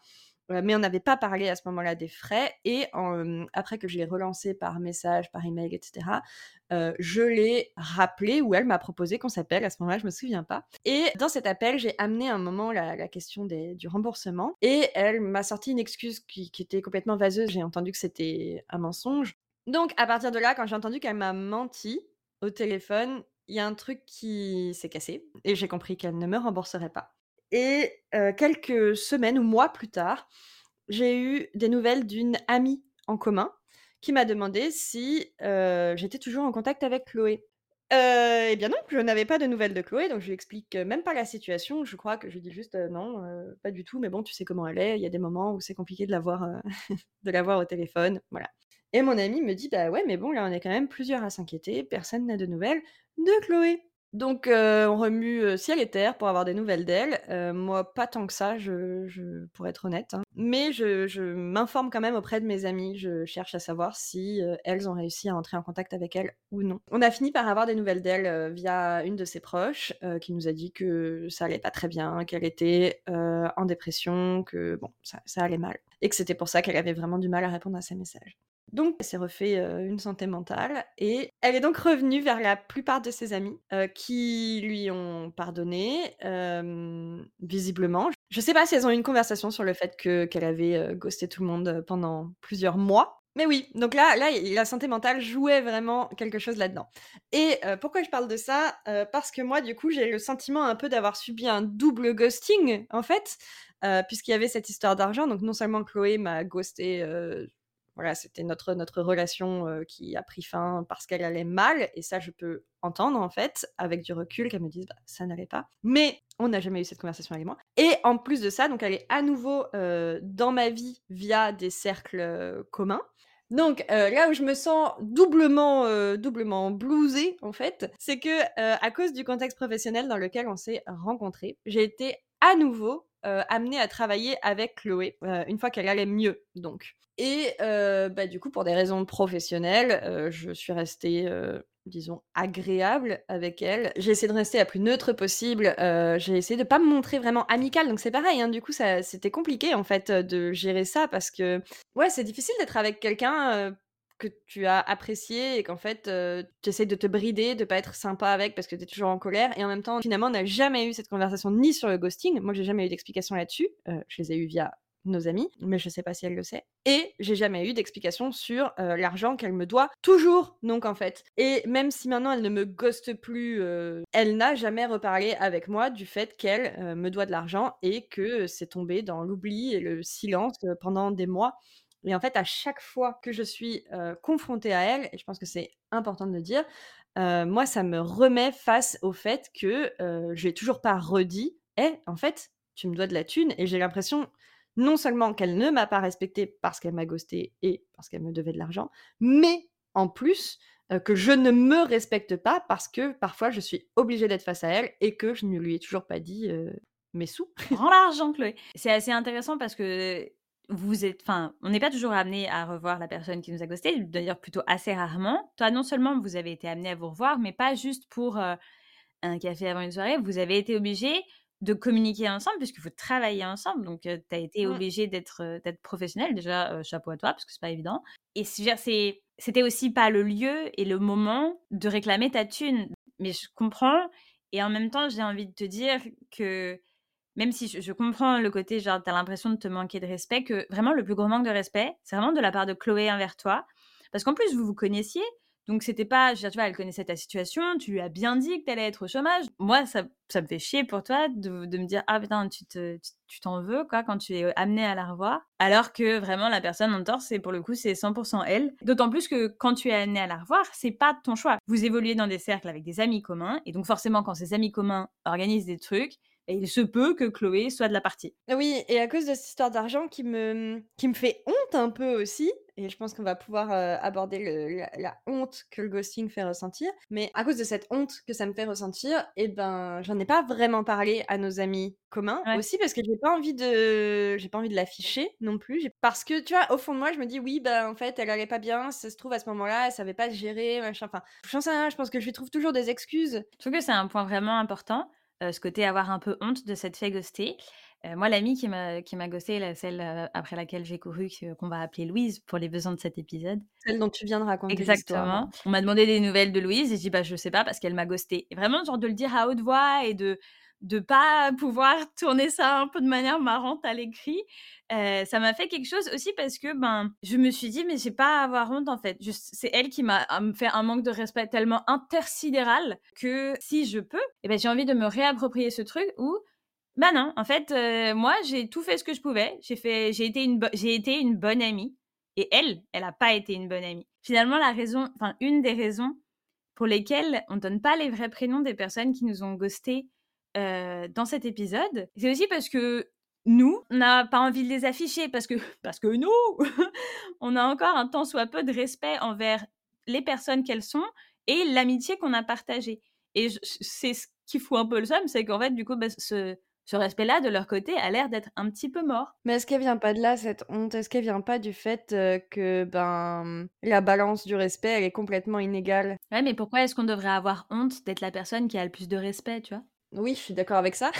Heu, mais on n'avait pas parlé à ce moment-là des frais et en, hem, après que je l'ai relancée par message, par email et cetera, heu, je l'ai rappelée ou elle m'a proposé qu'on s'appelle. À ce moment-là, je me souviens pas et dans cet appel, j'ai amené un moment la la question des du remboursement et elle m'a sorti une excuse qui qui était complètement vaseuse. J'ai entendu que c'était un mensonge. Donc à partir de là, quand j'ai entendu qu'elle m'a menti au téléphone, il y a un truc qui s'est cassé et j'ai compris qu'elle ne me rembourserait pas. Et heu, quelques semaines ou mois plus tard, j'ai eu des nouvelles d'une amie en commun qui m'a demandé si, heu, j'étais toujours en contact avec Chloé. Heu, et bien non, je n'avais pas de nouvelles de Chloé, donc je lui explique, heu, même pas la situation. Je crois que je lui dis juste: «Heu, non, heu, pas du tout, mais bon, tu sais comment elle est, il y a des moments où c'est compliqué de la voir, heu, de la voir au téléphone», voilà. Et mon amie me dit: «Bah ouais, mais bon, là, on est quand même plusieurs à s'inquiéter, personne n'a de nouvelles de Chloé». Donc heu, on remue, heu, ciel et terre pour avoir des nouvelles d'elle. Heu, moi, pas tant que ça, je je pour être honnête, hein. Mais je je m'informe quand même auprès de mes amies. Je cherche à savoir si, heu, elles ont réussi à entrer en contact avec elle ou non. On a fini par avoir des nouvelles d'elle, heu, via une de ses proches, heu, qui nous a dit que ça allait pas très bien, qu'elle était, heu, en dépression, que bon, ça ça allait mal et que c'était pour ça qu'elle avait vraiment du mal à répondre à ses messages. Donc elle s'est refait, heu, une santé mentale et elle est donc revenue vers la plupart de ses amis, heu, qui lui ont pardonné, hem, visiblement. Je sais pas si elles ont eu une conversation sur le fait que qu'elle avait, heu, ghosté tout le monde, heu, pendant plusieurs mois. Mais oui, donc là là, i la santé mentale jouait vraiment quelque chose là-dedans. Et heu, pourquoi je parle de ça? Heu, parce que moi, du coup, j'ai le sentiment un peu d'avoir subi un double ghosting, en fait, heu, puisqu'il y avait cette histoire d'argent. Donc non seulement Chloé m'a ghosté, heu voilà, c'était notre notre relation, heu, qui a pris fin parce qu'elle allait mal et ça, je peux entendre, en fait, avec du recul, qu'elle me dise: «Bah, ça n'allait pas». Mais on n'a jamais eu cette conversation elle et moi et en plus de ça, donc elle est à nouveau, heu, dans ma vie via des cercles, heu, communs. Donc heu, là où je me sens doublement, heu, doublement bluesée, en fait, c'est que, heu, à cause du contexte professionnel dans lequel on s'est rencontrés, j'ai été à nouveau, heu, amenée à travailler avec Chloé, heu, une fois qu'elle allait mieux, donc. Et heu, bah, du coup, pour des raisons professionnelles, heu, je suis restée, heu, disons agréable avec elle. J'ai essayé de rester la plus neutre possible, heu, j'ai essayé de pas me montrer vraiment amicale, donc c'est pareil, hein, du coup, ça c'était compliqué, en fait, heu, de gérer ça parce que, ouais, c'est difficile d'être avec quelqu'un, heu, que tu as apprécié et qu'en fait, heu, tu essaies de te brider, de pas être sympa avec parce que tu es toujours en colère et en même temps, finalement, on n'a jamais eu cette conversation ni sur le ghosting. Moi, j'ai jamais eu d'explication là-dessus, heu, je les ai eues via nos amis, mais je sais pas si elle le sait. Et j'ai jamais eu d'explication sur, heu, l'argent qu'elle me doit toujours, donc en fait. Et même si maintenant elle ne me ghoste plus, heu, elle n'a jamais reparlé avec moi du fait qu'elle, heu, me doit de l'argent et que c'est tombé dans l'oubli et le silence, heu, pendant des mois. Et en fait, à chaque fois que je suis, heu, confrontée à elle, et je pense que c'est important de le dire, heu, moi ça me remet face au fait que, heu, je lui ai toujours pas redit: «Eh, en fait, tu me dois de la thune» et j'ai l'impression non seulement qu'elle ne m'a pas respectée parce qu'elle m'a ghostée et parce qu'elle me devait de l'argent, mais en plus, heu, que je ne me respecte pas parce que parfois je suis obligée d'être face à elle et que je ne lui ai toujours pas dit, heu, mes sous. Rends l'argent, Chloé. C'est assez intéressant parce que vous êtes enfin, on n'est pas toujours amené à revoir la personne qui nous a ghosté, d'ailleurs plutôt assez rarement. Toi, non seulement vous avez été amenés à vous revoir, mais pas juste pour, heu, un café avant une soirée, vous avez été obligés de communiquer ensemble puisque vous travaillez ensemble, donc heu, tu as été Mmh. obligé d'être, heu, d'être professionnel. Déjà, heu, chapeau à toi parce que c'est pas évident et c'est je veux dire, c'est c'était aussi pas le lieu et le moment de réclamer ta thune. Mais je comprends et en même temps, j'ai envie de te dire que même si je je comprends le côté genre, tu as l'impression de te manquer de respect, que vraiment le plus gros manque de respect, c'est vraiment de la part de Chloé envers toi. Parce qu'en plus, vous vous connaissiez, donc c'était pas je veux dire, tu vois, elle connaissait ta situation, tu lui as bien dit que tu allais être au chômage. Moi, ça ça me fait chier pour toi de de me dire: «Ah putain, tu te tu tu t'en veux quoi, quand tu es, amenée à la revoir». Alors que vraiment la personne en tort, c'est pour le coup, c'est cent pour cent elle. D'autant plus que quand tu es amenée à la revoir, c'est pas de ton choix. Vous évoluez dans des cercles avec des amis communs et donc forcément quand ces amis communs organisent des trucs, et il se peut que Chloé soit de la partie. Oui et à cause de cette histoire d'argent qui me qui me fait honte un peu aussi et je pense qu'on va pouvoir, heu, aborder le la la honte que le ghosting fait ressentir. Mais à cause de cette honte que ça me fait ressentir et ben, j'en ai pas vraiment parlé à nos amis communs. Ouais. Aussi parce que j'ai pas envie de j'ai pas envie de l'afficher non plus. J'ai parce que tu vois, au fond de moi, je me dis: «Oui, ben, en fait, elle allait pas bien, ça se trouve à ce moment-là, elle savait pas se gérer, machin». Enfin, j'en sais rien, je pense que je lui trouve toujours des excuses. Je trouve que c'est un point vraiment important, heu, ce côté avoir un peu honte de s'être fait ghoster. Heu, moi, l'amie qui m'a qui m'a ghostée, là, celle, heu, après laquelle j'ai couru, que qu'on va appeler Louise pour les besoins de cet épisode. Celle dont tu viens de raconter l'histoire, Exactement. là. On m'a demandé des nouvelles de Louise et j'ai dit: «Bah, je sais pas parce qu'elle m'a ghostée» et vraiment genre de le dire à haute voix et de de pas pouvoir tourner ça un peu de manière marrante à l'écrit, heu, ça m'a fait quelque chose aussi parce que, ben, je me suis dit: «Mais j'ai pas à avoir honte, en fait». Juste, c'est elle qui m'a, heu, fait un manque de respect tellement intersidéral que si je peux et ben, j'ai envie de me réapproprier ce truc où, bah, non, en fait, heu, moi, j'ai tout fait ce que je pouvais. J'ai fait j'ai été une bo j'ai été une bonne amie et elle, elle a pas été une bonne amie. Finalement, la raison enfin, une des raisons pour lesquelles on donne pas les vrais prénoms des personnes qui nous ont ghostés, heu, dans cet épisode, c'est aussi parce que nous, on n'a pas envie de les afficher parce que parce que nous, on a encore un tant soit peu de respect envers les personnes qu'elles sont et l'amitié qu'on a partagée et je c'est ce qui fout un peu le seum, c'est qu'en fait, du coup, bah, ce ce respect-là, de leur côté, a l'air d'être un petit peu mort. Mais est-ce qu'elle vient pas de là, cette honte? Est-ce qu'elle vient pas du fait, heu, que, ben, la balance du respect, elle est complètement inégale? Ouais, mais pourquoi est-ce qu'on devrait avoir honte d'être la personne qui a le plus de respect, tu vois? Oui, je suis d'accord avec ça.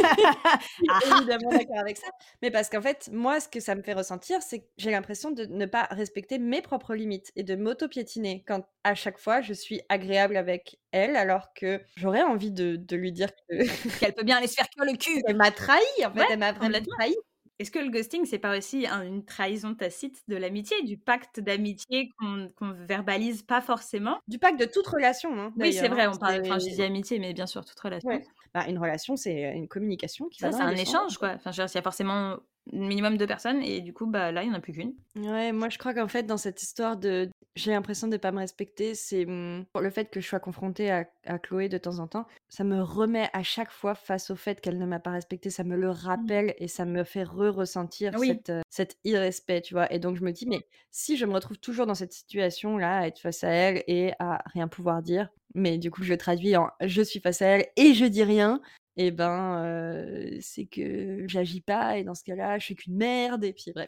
Je suis Ah ah! évidemment d'accord avec ça, mais parce qu'en fait, moi, ce que ça me fait ressentir, c'est que j'ai l'impression de ne pas respecter mes propres limites et de m'auto-piétiner quand, à chaque fois, je suis agréable avec elle, alors que j'aurais envie de de lui dire que Qu'elle peut bien aller se faire cuire le cul! qu'elle m'a trahi, en Ouais, fait, elle m'a vraiment complètement. trahi. Est-ce que le ghosting, c'est pas aussi un une trahison tacite de l'amitié, du pacte d'amitié qu'on qu'on verbalise pas forcément? Du pacte de toute relation, hein, Oui, c'est d'ailleurs, hein. vrai, on parle C'est enfin, j'ai dit amitié, mais bien sûr, toute relation. ouais, bah, une relation, c'est, heu, une communication qui va Ça, dans c'est les un deux sens. échange, quoi. Enfin, je veux dire, s'il y a forcément minimum deux personnes et du coup, bah, là, il y en a plus qu'une. Ouais, moi je crois qu'en fait dans cette histoire de j'ai l'impression de pas me respecter, c'est, mmh, le fait que je sois confrontée à à Chloé de temps en temps, ça me remet à chaque fois face au fait qu'elle ne m'a pas respectée, ça me le Mmh. rappelle et ça me fait re-ressentir Oui. cet, heu, cet irrespect, tu vois? Et donc je me dis: «Mais si je me retrouve toujours dans cette situation-là, à être face à elle et à rien pouvoir dire», mais du coup je traduis en: «Je suis face à elle et je dis rien», et ben, heu, c'est que j'agis pas et dans ce cas-là, je suis qu'une merde et puis bref.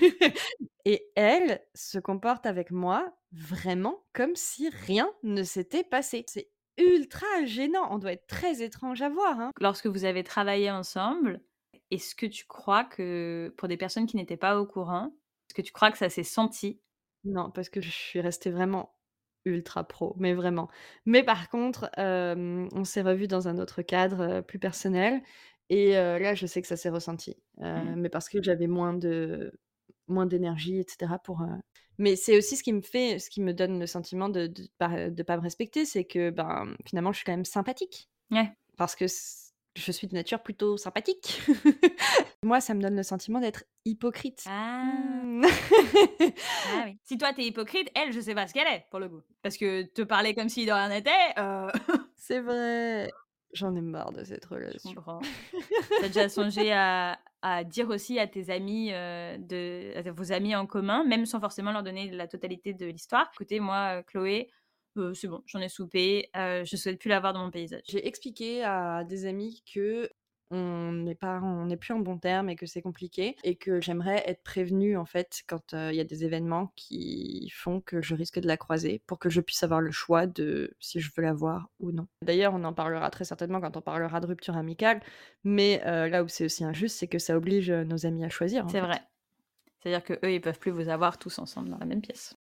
Et elle se comporte avec moi vraiment comme si rien ne s'était passé. C'est ultra gênant, on doit être très étrange à voir, hein. Lorsque vous avez travaillé ensemble, est-ce que tu crois que pour des personnes qui n'étaient pas au courant, est-ce que tu crois que ça s'est senti? Non, parce que je suis restée vraiment ultra pro, mais vraiment. Mais par contre, hem, on s'est revus dans un autre cadre, heu, plus personnel et heu, là, je sais que ça s'est ressenti, heu, Mmh. mais parce que j'avais moins de moins d'énergie et cetera pour, heu mais c'est aussi ce qui me fait ce qui me donne le sentiment de de pas de pas me respecter, c'est que, ben, finalement, je suis quand même sympathique. Ouais. Parce que c je suis de nature plutôt sympathique. Moi, ça me donne le sentiment d'être hypocrite. Ah! Mmh. Ah oui. Si toi, tu es hypocrite, elle, je sais pas ce qu'elle est, pour le coup. Parce que te parler comme si de rien n'était, heu, C'est vrai. J'en ai marre de cette je relation. comprends. Tu as déjà songé à à dire aussi à tes amis, heu, de à vos amis en commun, même sans forcément leur donner la totalité de l'histoire: «Écoutez, moi, heu, Chloé, heu, c'est bon, j'en ai soupé, heu, je souhaite plus la voir dans mon paysage». J'ai expliqué à des amis que on n'est pas on n'est plus en bons termes et que c'est compliqué et que j'aimerais être prévenue, en fait, quand, heu, il y a des événements qui font que je risque de la croiser, pour que je puisse avoir le choix de si je veux la voir ou non. D'ailleurs, on en parlera très certainement quand on parlera de rupture amicale, mais heu, là où c'est aussi injuste, c'est que ça oblige, heu, nos amis à choisir, en C'est fait. vrai. C'est-à-dire qu'eux, ils peuvent plus vous avoir tous ensemble dans la même pièce.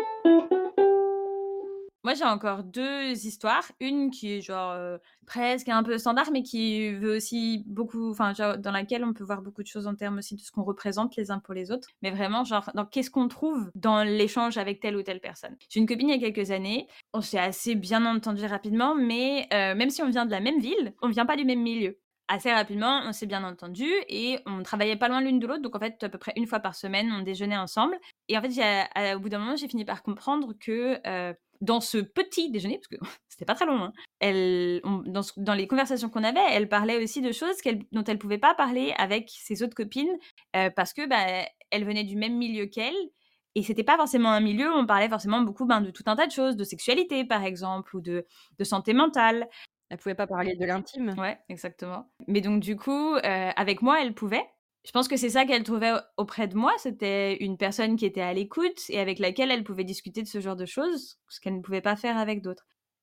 Moi, j'ai encore deux histoires. Une qui est genre, heu, presque un peu standard, mais qui veut aussi beaucoup enfin, genre, dans laquelle on peut voir beaucoup de choses en termes aussi de ce qu'on représente les uns pour les autres. Mais vraiment, genre, dans qu'est-ce qu'on trouve dans l'échange avec telle ou telle personne. J'ai une copine il y a quelques années, on s'est assez bien entendus rapidement, mais heu, même si on vient de la même ville, on vient pas du même milieu. Assez rapidement, on s'est bien entendus et on travaillait pas loin l'une de l'autre, donc en fait, à peu près une fois par semaine, on déjeunait ensemble et en fait, j'ai à au bout d'un moment, j'ai fini par comprendre que, heu, dans ce petit déjeuner, parce que c'était pas très long, hein, elle on dans ce dans les conversations qu'on avait, elle parlait aussi de choses qu'elle dont elle pouvait pas parler avec ses autres copines, heu, parce que, bah, elle venait du même milieu qu'elle et c'était pas forcément un milieu où on parlait forcément beaucoup, ben, de tout un tas de choses, de sexualité, par exemple, ou de de santé mentale. Elle pouvait pas parler de l'intime. Ouais, exactement. Mais donc du coup, heu, avec moi, elle pouvait. Je pense que c'est ça qu'elle trouvait au auprès de moi, c'était une personne qui était à l'écoute et avec laquelle elle pouvait discuter de ce genre de choses, ce qu'elle ne pouvait pas faire avec d'autres.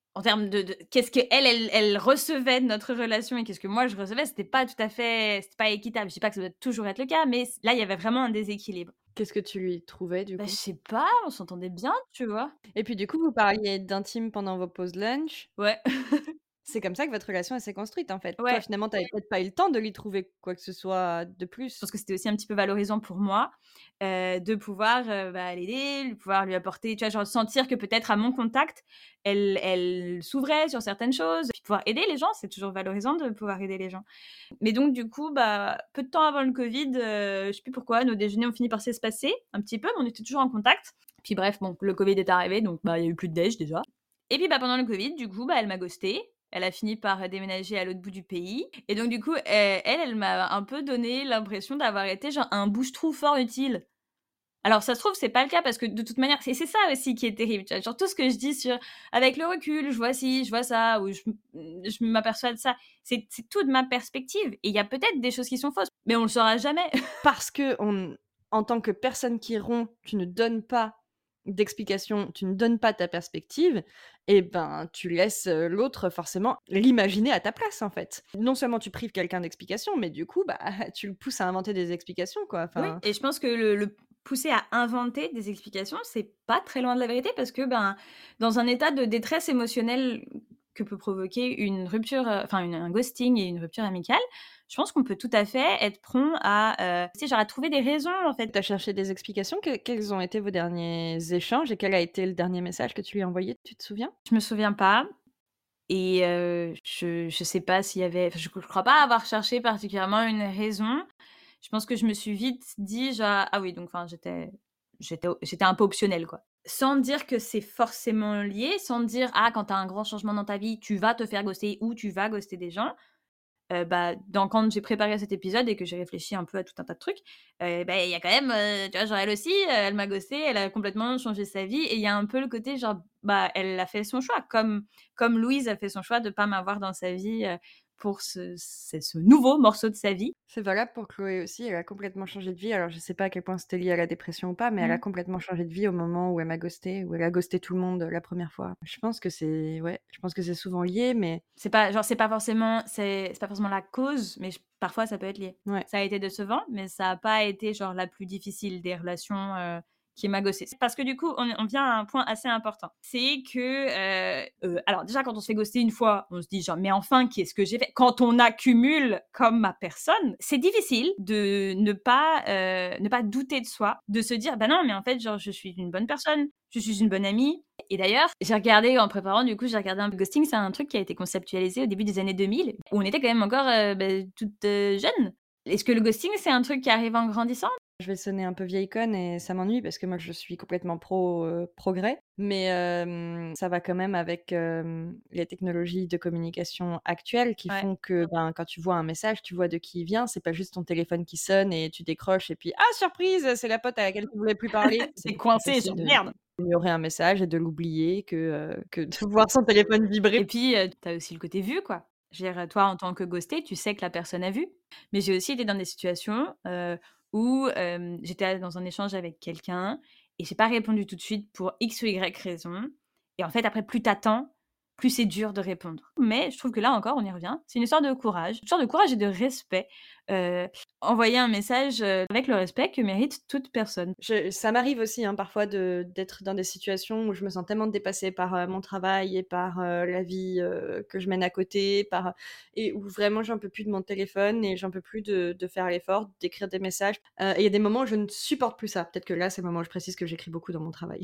En termes de de qu'est-ce qu'elle, elle elle recevait de notre relation et qu'est-ce que moi je recevais, c'était pas tout à fait c'était pas équitable. Je dis pas que ça doit toujours être le cas, mais c là, il y avait vraiment un déséquilibre. Qu'est-ce que tu lui trouvais, du Bah, je coup? sais pas, on s'entendait bien, tu vois? Et puis, du coup, vous parliez d'intime pendant vos pauses lunch. Ouais. C'est comme ça que votre relation, elle s'est construite, en fait. Toi, Ouais. finalement, tu avais peut-être pas eu le temps de lui trouver quoi que ce soit de Je pense plus. que c'était aussi un petit peu valorisant pour moi, heu, de pouvoir, heu, bah, l'aider, de pouvoir lui apporter tu vois, genre sentir que peut-être à mon contact, elle elle s'ouvrait sur certaines choses, puis pouvoir aider les gens, c'est toujours valorisant de pouvoir aider les gens. Mais donc du coup, bah, peu de temps avant le covid, heu, je sais plus pourquoi, nos déjeuners ont fini par s'espacer un petit peu, mais on était toujours en contact. Puis bref, bon, le covid est arrivé, donc bah, il y a eu plus de déj déjà. Et puis, bah, pendant le covid, du coup, bah, elle m'a ghostée. Elle a fini par, heu, déménager à l'autre bout du pays et donc du coup, heu, elle, elle m'a un peu donné l'impression d'avoir été genre un bouche-trou fort utile. Alors ça se trouve, c'est pas le cas parce que de toute manière c'est c'est ça aussi qui est terrible, tu vois? Genre tout ce que je dis sur avec le recul, je vois ci, je vois ça, ou je m mmh, je m'aperçois de ça. C'est c'est tout de ma perspective et il y a peut-être des choses qui sont fausses, mais on le saura jamais. Parce qu'on en tant que personne qui rompt, tu ne donnes pas d'explication, tu ne donnes pas ta perspective et ben, tu laisses, heu, l'autre forcément l'imaginer à ta place, en fait. Non seulement tu prives quelqu'un d'explication, mais du coup, bah, tu le pousses à inventer des explications, quoi. Oui Enfin, et je pense que le le pousser à inventer des explications, c'est pas très loin de la vérité parce que, ben, dans un état de détresse émotionnelle que peut provoquer une rupture, heu, enfin une un ghosting et une rupture amicale, je pense qu'on peut tout à fait être prompt à, heu, tu sais, genre à trouver des raisons, en fait. tu as cherché des explications? Que quels ont été vos derniers échanges et quel a été le dernier message que tu lui as envoyé, tu te souviens? Je me souviens pas et heu, je je sais pas s'il y avait enfin, je je crois pas avoir cherché particulièrement une raison. Je pense que je me suis vite dit genre: «Ah oui, donc enfin j'étais j'étais o j'étais un peu optionnelle, quoi». Sans dire que c'est forcément lié, sans dire: «Ah, quand tu as un grand changement dans ta vie, tu vas te faire ghoster ou tu vas ghoster des gens». Heu, bah, dans quand j'ai préparé cet épisode et que j'ai réfléchi un peu à tout un tas de trucs, heu, bah, il y a quand même, heu, tu vois, genre elle aussi, heu, elle m'a ghostée, elle a complètement changé sa vie et il y a un peu le côté genre, bah, elle a fait son choix comme comme Louise a fait son choix de pas m'avoir dans sa vie, heu, pour ce ce ce nouveau morceau de sa vie. C'est valable pour Chloé aussi, elle a complètement changé de vie. Alors je sais pas à quel point c'était lié à la dépression ou pas, mais elle a Mmh. complètement changé de vie au moment où elle m'a ghostée, où elle a ghosté tout le monde, heu, la première fois. Je pense que c'est ouais, je pense que c'est souvent lié, mais C'est pas genre, c'est pas forcément c'est c'est pas forcément la cause, mais j parfois ça peut être lié. ouais. Ça a été décevant, mais ça a pas été genre la plus difficile des relations, heu, qui m'a ghostée. Parce que du coup, on on vient à un point assez important. C'est que, heu heu, alors déjà quand on se fait ghoster une fois, on se dit genre: «Mais enfin, qu'est-ce que j'ai fait?» Quand on accumule comme ma personne, c'est difficile de ne pas, heu, ne pas douter de soi, de se dire: «Bah non, mais en fait, genre je suis une bonne personne, je suis une bonne amie». Et d'ailleurs, j'ai regardé en préparant, du coup, j'ai regardé un peu ghosting, c'est un truc qui a été conceptualisé au début des années deux mille, où on était quand même encore, heu, beh, toutes, heu, jeunes. Est-ce que le ghosting, c'est un truc qui arrive en grandissant? Je vais sonner un peu vieille conne et ça m'ennuie parce que moi je suis complètement pro, heu, progrès, mais hem, ça va quand même avec, hem, les technologies de communication actuelles qui Ouais. font que, ben, quand tu vois un message, tu vois de qui il vient. C'est pas juste ton téléphone qui sonne et tu décroches et puis: «Ah surprise, c'est la pote à laquelle tu voulais plus parler». C'est C'est beaucoup plus coincé facile sur de merde. d'ignorer un message et de l'oublier que, heu, que de voir son téléphone vibrer. Et puis, heu, tu as aussi le côté vu, quoi. Je veux dire, toi, en tant que ghosté, tu sais que la personne a vu. Mais j'ai aussi été dans des situations, heu, où, hem, j'étais dans un échange avec quelqu'un et j'ai pas répondu tout de suite pour X ou Y raison et en fait, après, plus t'attends, plus c'est dur de répondre. Mais je trouve que là encore, on y revient, c'est une histoire de courage, une histoire de courage et de respect. Heu, envoyer un message, heu, avec le respect que mérite toute personne. Je ça m'arrive aussi, hein, parfois de d'être dans des situations où je me sens tellement dépassée par, heu, mon travail et par, heu, la vie, heu, que je mène à côté, par et où vraiment j'en peux plus de mon téléphone et j'en peux plus de de faire l'effort d'écrire des messages. Heu, et il y a des moments où je ne supporte plus ça. Peut-être que là, c'est le moment où je précise que j'écris beaucoup dans mon travail.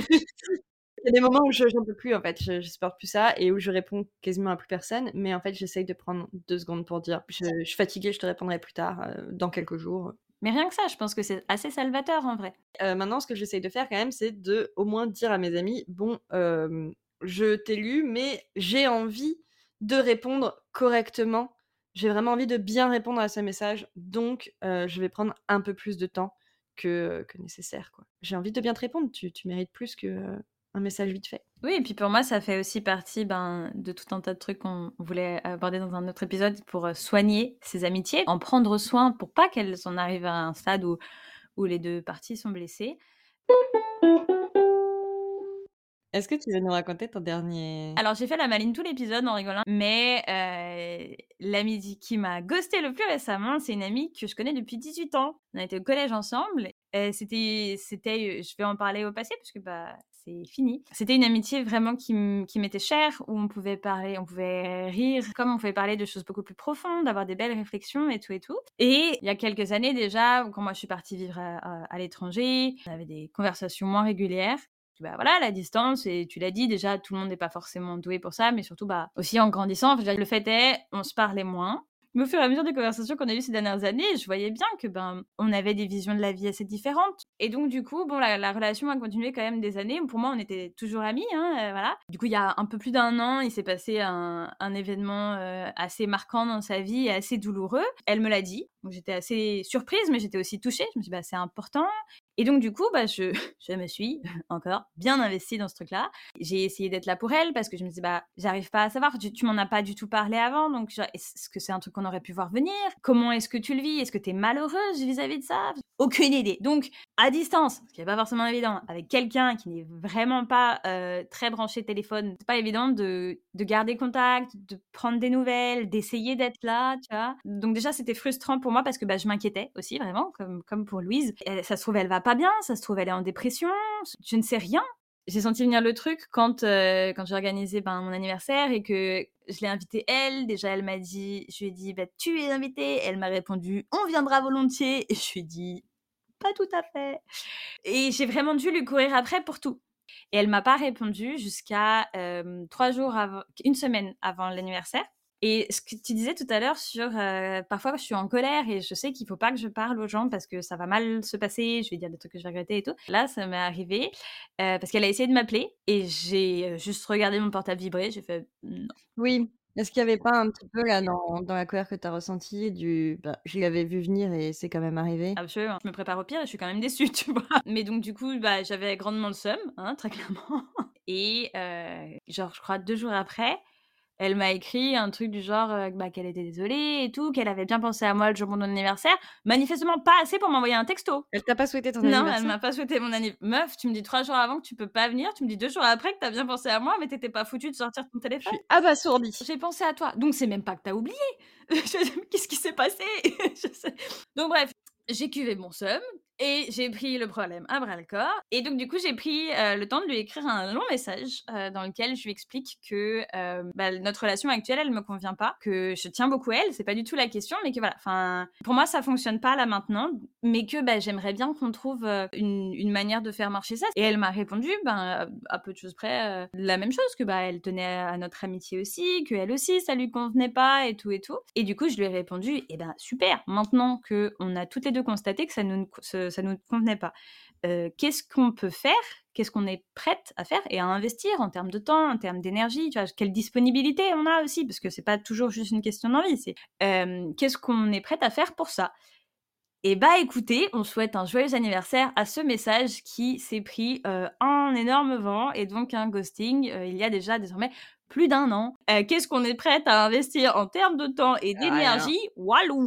Il y a des moments où je j'en peux plus en fait, je je supporte plus ça et où je réponds quasiment à plus personne, mais en fait, j'essaye de prendre deux secondes pour dire: «Je je suis fatiguée, je te répondrai plus tard, heu, dans quelques jours». Mais rien que ça, je pense que c'est assez salvateur en vrai. Heu, maintenant, ce que j'essaye de faire quand même, c'est de, au moins dire à mes amis: «Bon, hem, je t'ai lu, mais j'ai envie de répondre correctement. J'ai vraiment envie de bien répondre à ce message, donc heu, je vais prendre un peu plus de temps que, que nécessaire, quoi. J'ai envie de bien te répondre, tu tu mérites plus que, heu, un message vite fait». Oui et puis pour moi, ça fait aussi partie, ben, de tout un tas de trucs qu'on voulait aborder dans un autre épisode pour, heu, soigner ses amitiés, en prendre soin pour pas qu'elles en arrivent à un stade où où les deux parties sont blessées. Est-ce que tu veux nous raconter ton dernier Alors j'ai fait la maline tout l'épisode en rigolant, mais heu, l'amie qui m'a ghosté le plus récemment, c'est une amie que je connais depuis dix-huit ans. On a été au collège ensemble et c'était c'était, heu, je vais en parler au passé parce que, bah, c'est fini. C'était une amitié vraiment qui m qui m'était chère, où on pouvait parler on pouvait rire, comme on pouvait parler de choses beaucoup plus profondes, avoir des belles réflexions et tout et tout. Et il y a quelques années déjà, quand moi je suis partie vivre à à à l'étranger, on avait des conversations moins régulières. Bah, voilà, la distance et tu l'as dit déjà, tout le monde n'est pas forcément doué pour ça, mais surtout, bah, aussi en grandissant, je veux dire, le fait est, on se parlait moins. Mais au fur et à mesure des conversations qu'on a eues ces dernières années, je voyais bien que, ben, on avait des visions de la vie assez différentes. Et donc du coup, bon, la la relation a continué quand même des années. Pour moi, on était toujours amis, hein, heu, voilà. Du coup, il y a un peu plus d'un an, il s'est passé un un événement, heu, assez marquant dans sa vie et assez douloureux. Elle me l'a dit, donc j'étais assez surprise, mais j'étais aussi touchée. Je me suis dit: «Bah, c'est important». Et donc du coup, bah, je je me suis encore bien investie dans ce truc-là. J'ai essayé d'être là pour elle parce que je me dis: «Bah, j'arrive pas à savoir, tu tu m'en as pas du tout parlé avant, donc genre, est-ce que c'est un truc qu'on aurait pu voir venir? Comment est-ce que tu le vis? Est-ce que tu es malheureuse vis-à-vis de ça?» Aucune idée. Donc à distance, ce qui est pas forcément évident, avec quelqu'un qui n'est vraiment pas, heu, très branché téléphone, c'est pas évident de de garder contact, de prendre des nouvelles, d'essayer d'être là, tu vois? Donc déjà, c'était frustrant pour moi parce que, bah, je m'inquiétais aussi vraiment comme comme pour Louise. Et ça se trouve, elle va pas bien, ça se trouve, elle est en dépression, je ne sais rien. J'ai senti venir le truc quand, heu, quand j'ai organisé, ben, mon anniversaire et que je l'ai invitée elle. Déjà, elle m'a dit je lui ai dit: «Bah, tu es invitée». Elle m'a répondu: «On viendra volontiers» et je lui ai dit: «Pas tout à fait». Et j'ai vraiment dû lui courir après pour tout. Et elle m'a pas répondu jusqu'à, hem, trois jours avant une semaine avant l'anniversaire. Et ce que tu disais tout à l'heure sur, heu, parfois je suis en colère et je sais qu'il faut pas que je parle aux gens parce que ça va mal se passer, je vais dire des trucs que je vais regretter et tout. Là, ça m'est arrivé, heu, parce qu'elle a essayé de m'appeler et j'ai, heu, juste regardé mon portable vibrer, j'ai fait: «Non». Oui. Est-ce qu'il y avait pas un petit peu là dans dans la colère que tu as ressentie du bah, je l'avais vu venir et c'est quand même arrivé? Absolument. Je me prépare au pire et je suis quand même déçue, tu vois? Mais donc du coup, bah, j'avais grandement le seum, hein, très clairement. Et heu, genre, je crois deux jours après, elle m'a écrit un truc du genre, heu, bah, qu'elle était désolée et tout, qu'elle avait bien pensé à moi le jour de mon anniversaire. Manifestement pas assez pour m'envoyer un texto. Elle t'a pas souhaité ton Non, elle anniversaire? m'a pas souhaité mon anniv meuf, tu me dis trois jours avant que tu peux pas venir, tu me dis deux jours après que tu as bien pensé à moi, mais tu étais pas foutue de sortir ton Je téléphone? suis abasourdie. J'ai pensé à toi, donc c'est même pas que tu as oublié. Je Qu'est-ce qui s'est passé? Je sais. Donc bref, j'ai cuvé mon seum et j'ai pris le problème à bras le corps. Et donc du coup, j'ai pris, heu, le temps de lui écrire un long message, heu, dans lequel je lui explique que, heu, bah, notre relation actuelle, elle me convient pas, que je tiens beaucoup à elle, c'est pas du tout la question, mais que voilà, enfin, pour moi, ça fonctionne pas là maintenant, mais que, bah, j'aimerais bien qu'on trouve, heu, une une manière de faire marcher ça. Et elle m'a répondu, ben, heu, à peu de choses près, heu, la même chose, que, bah, elle tenait à notre amitié aussi, qu'elle aussi ça lui convenait pas et tout et tout. Et du coup, je lui ai répondu: «Eh ben, super, maintenant qu'on a toutes les deux constaté que ça nous ce ça nous convenait pas, heu, qu'est-ce qu'on peut faire? Qu'est-ce qu'on est prête à faire et à investir en termes de temps, en termes d'énergie?» Tu vois? Quelle disponibilité on a aussi, parce que c'est pas toujours juste une question d'envie, c'est, hem, qu'est-ce qu'on est prête à faire pour ça? Et bah, écoutez, on souhaite un joyeux anniversaire à ce message qui s'est pris, heu, un énorme vent et donc un ghosting, heu, il y a déjà désormais plus d'un an. Heu, qu'est-ce qu'on est prête à investir en termes de temps et Ah là là. d'énergie? Walou!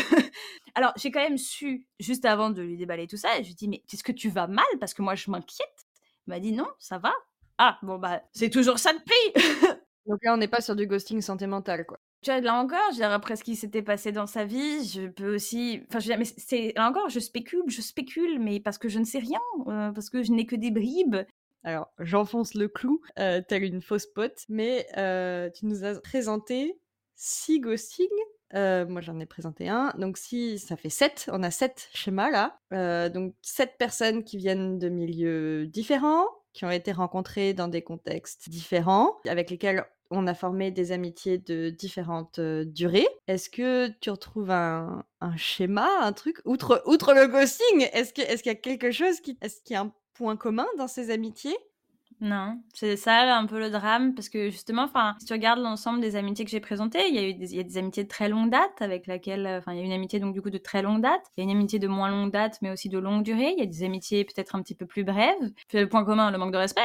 Alors, j'ai quand même su, juste avant de lui déballer tout ça, et je lui ai dit: «Mais est-ce que tu vas mal? Parce que moi je m'inquiète». Il m'a dit: «Non, ça va». Ah bon, bah, c'est toujours ça de pris! Donc là, on n'est pas sur du ghosting santé mentale, quoi. Tu vois, là encore, je veux dire, après ce qui s'était passé dans sa vie, je peux aussi enfin, je veux dire, mais c'est c'est là encore, je spécule, je spécule, mais parce que je ne sais rien, heu, parce que je n'ai que des bribes. Alors, j'enfonce le clou, heu, telle une fausse pote, mais heu, tu nous as présenté six ghostings. Heu, moi, j'en ai présenté un, donc si ça fait sept. On a sept schémas là. Heu, donc sept personnes qui viennent de milieux différents, qui ont été rencontrées dans des contextes différents, avec lesquels on a formé des amitiés de différentes, heu, durées. Est-ce que tu retrouves un un schéma, un truc? Outre outre le ghosting, est-ce que est-ce qu'il y a quelque chose qui est-ce qu'il y a un point commun dans ces amitiés? Non, c'est ça un peu le drame parce que justement, enfin, si tu regardes l'ensemble des amitiés que j'ai présentées, il y a eu des il y a des amitiés de très longue date avec laquelle, heu, enfin, il y a une amitié donc du coup de très longue date, il y a une amitié de moins longue date, mais aussi de longue durée, il y a des amitiés peut-être un petit peu plus brèves. Puis le point commun, le manque de respect.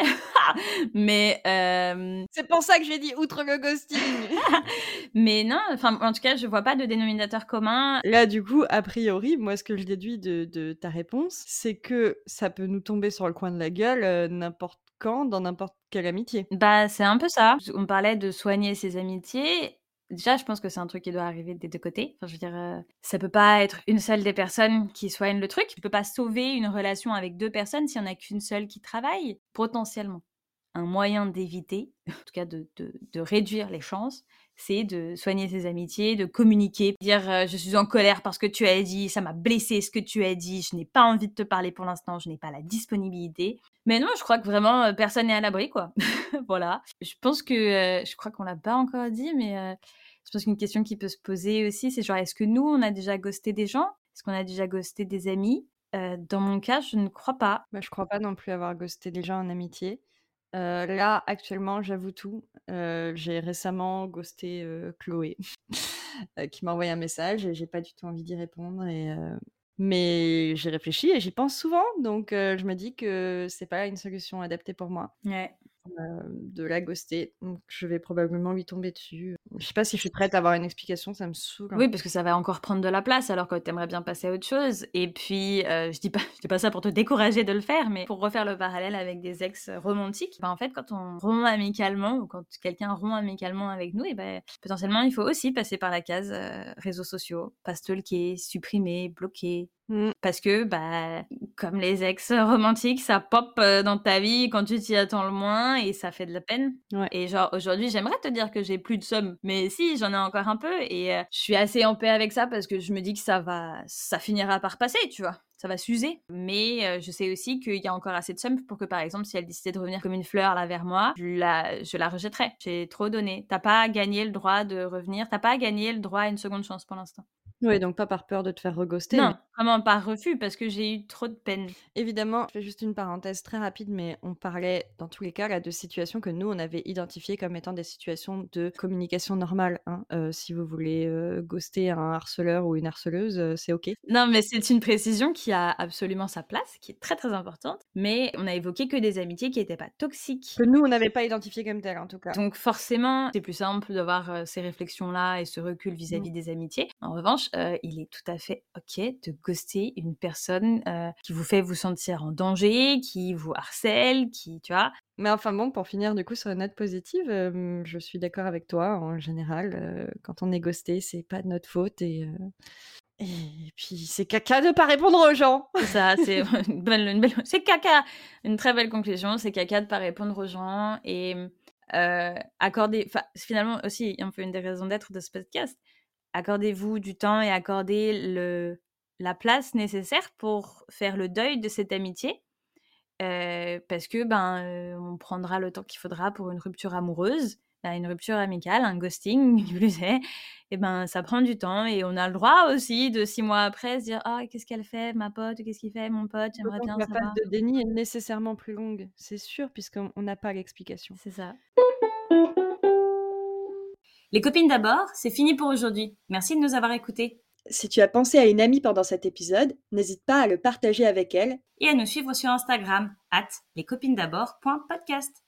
Mais hem, C'est pour ça que j'ai dit outre le ghosting. mais non, enfin, en tout cas, je vois pas de dénominateur commun. Là, du coup, a priori, moi, ce que je déduis de de ta réponse, c'est que ça peut nous tomber sur le coin de la gueule, heu, n'importe camp dans n'importe quelle amitié. Bah, c'est un peu ça. On parlait de soigner ses amitiés. Déjà, je pense que c'est un truc qui doit arriver des deux côtés. Enfin, je veux dire, heu, ça peut pas être une seule des personnes qui soigne le truc. Tu peux pas sauver une relation avec deux personnes s'il y en a qu'une seule qui travaille. Potentiellement, un moyen d'éviter, en tout cas de de de réduire les chances, c'est de soigner ses amitiés, de communiquer, dire, heu: «Je suis en colère parce que tu as dit, ça m'a blessé ce que tu as dit, je n'ai pas envie de te parler pour l'instant, je n'ai pas la disponibilité». Mais non, je crois que vraiment, heu, personne n'est à l'abri, quoi. Voilà. Je pense que, heu, je crois qu'on l'a pas encore dit, mais, heu, je pense qu'une question qui peut se poser aussi, c'est genre, est-ce que nous, on a déjà ghosté des gens? Est-ce qu'on a déjà ghosté des amis? Heu, dans mon cas, je ne crois pas. Bah, je crois pas non plus avoir ghosté des gens en amitié. Heu, là, actuellement, j'avoue tout, heu, j'ai récemment ghosté, heu, Chloé, heu, qui m'a envoyé un message et j'ai pas du tout envie d'y répondre et heu, mais j'ai réfléchi et j'y pense souvent donc heu, je me dis que c'est pas une solution adaptée pour moi, Ouais. heu, de la ghoster, donc je vais probablement lui tomber dessus. Je sais pas si je suis prête à avoir une explication, ça me saoule un Oui, peu. parce que ça va encore prendre de la place alors que tu aimerais bien passer à autre chose et puis, heu, je dis pas je dis pas ça pour te décourager de le faire, mais pour refaire le parallèle avec des ex, heu, romantiques, bah, en fait, quand on rompt amicalement ou quand quelqu'un rompt amicalement avec nous et beh, potentiellement, il faut aussi passer par la case, heu, réseaux sociaux, pas stalker, supprimer, bloquer. Mmh, Parce que, bah, comme les ex romantiques, ça pop, heu, dans ta vie quand tu t'y attends le moins et ça fait de la peine. ouais. Et genre aujourd'hui, j'aimerais te dire que j'ai plus de somme, mais si, j'en ai encore un peu et heu, je suis assez en paix avec ça parce que je me dis que ça va ça finira par passer, tu vois? Ça va s'user. Mais heu, je sais aussi qu'il y a encore assez de somme pour que, par exemple, si elle décidait de revenir comme une fleur là vers moi, je la je la rejetterais. J'ai trop donné. Tu as pas gagné le droit de revenir, tu as pas gagné le droit à une seconde chance pour l'instant. Oui, donc pas par peur de te faire reghoster, mais Non, vraiment par refus parce que j'ai eu trop de peine. évidemment, je fais juste une parenthèse très rapide, mais on parlait dans tous les cas là de situations que nous on avait identifiées comme étant des situations de communication normale, hein. Heu, si vous voulez, heu, ghoster un harceleur ou une harceleuse, heu, c'est OK. Non, mais c'est une précision qui a absolument sa place, qui est très, très importante, mais on a évoqué que des amitiés qui étaient pas toxiques. Que nous on n'avait pas identifié comme telles en tout cas. Donc forcément, c'est plus simple d'avoir, heu, ces réflexions-là et ce recul Mmh. vis-à-vis des amitiés. En revanche, heu, il est tout à fait OK de ghoster une personne, heu, qui vous fait vous sentir en danger, qui vous harcèle, qui tu vois? Mais enfin bon, pour finir du coup sur une note positive, hem, je suis d'accord avec toi en général, heu, quand on est ghosté, c'est pas de notre faute et heu et puis c'est caca de pas répondre aux gens. C'est ça, c'est une belle une belle c'est caca! Une très belle conclusion, c'est caca de pas répondre aux gens et mmh, accorder enfin, finalement aussi un peu une des raisons d'être de ce podcast. Accordez-vous du temps et accordez le la place nécessaire pour faire le deuil de cette amitié, heu, parce que, ben, heu, on prendra le temps qu'il faudra pour une rupture amoureuse, bah, une rupture amicale, un ghosting qui plus est et ben, ça prend du temps et on a le droit aussi de six mois après se dire: «Ah, qu'est-ce qu'elle fait ma pote? Qu'est-ce qu'il fait mon pote? J'aimerais D'autant que bien la phase savoir». de déni est nécessairement plus longue, c'est sûr, puisqu'on on n'a pas l'explication. C'est ça. Les copines d'abord, c'est fini pour aujourd'hui. Merci de nous avoir écoutés Si tu as pensé à une amie pendant cet épisode, n'hésite pas à le partager avec elle. et à nous suivre sur Instagram, at lescopinesd'abord point podcast.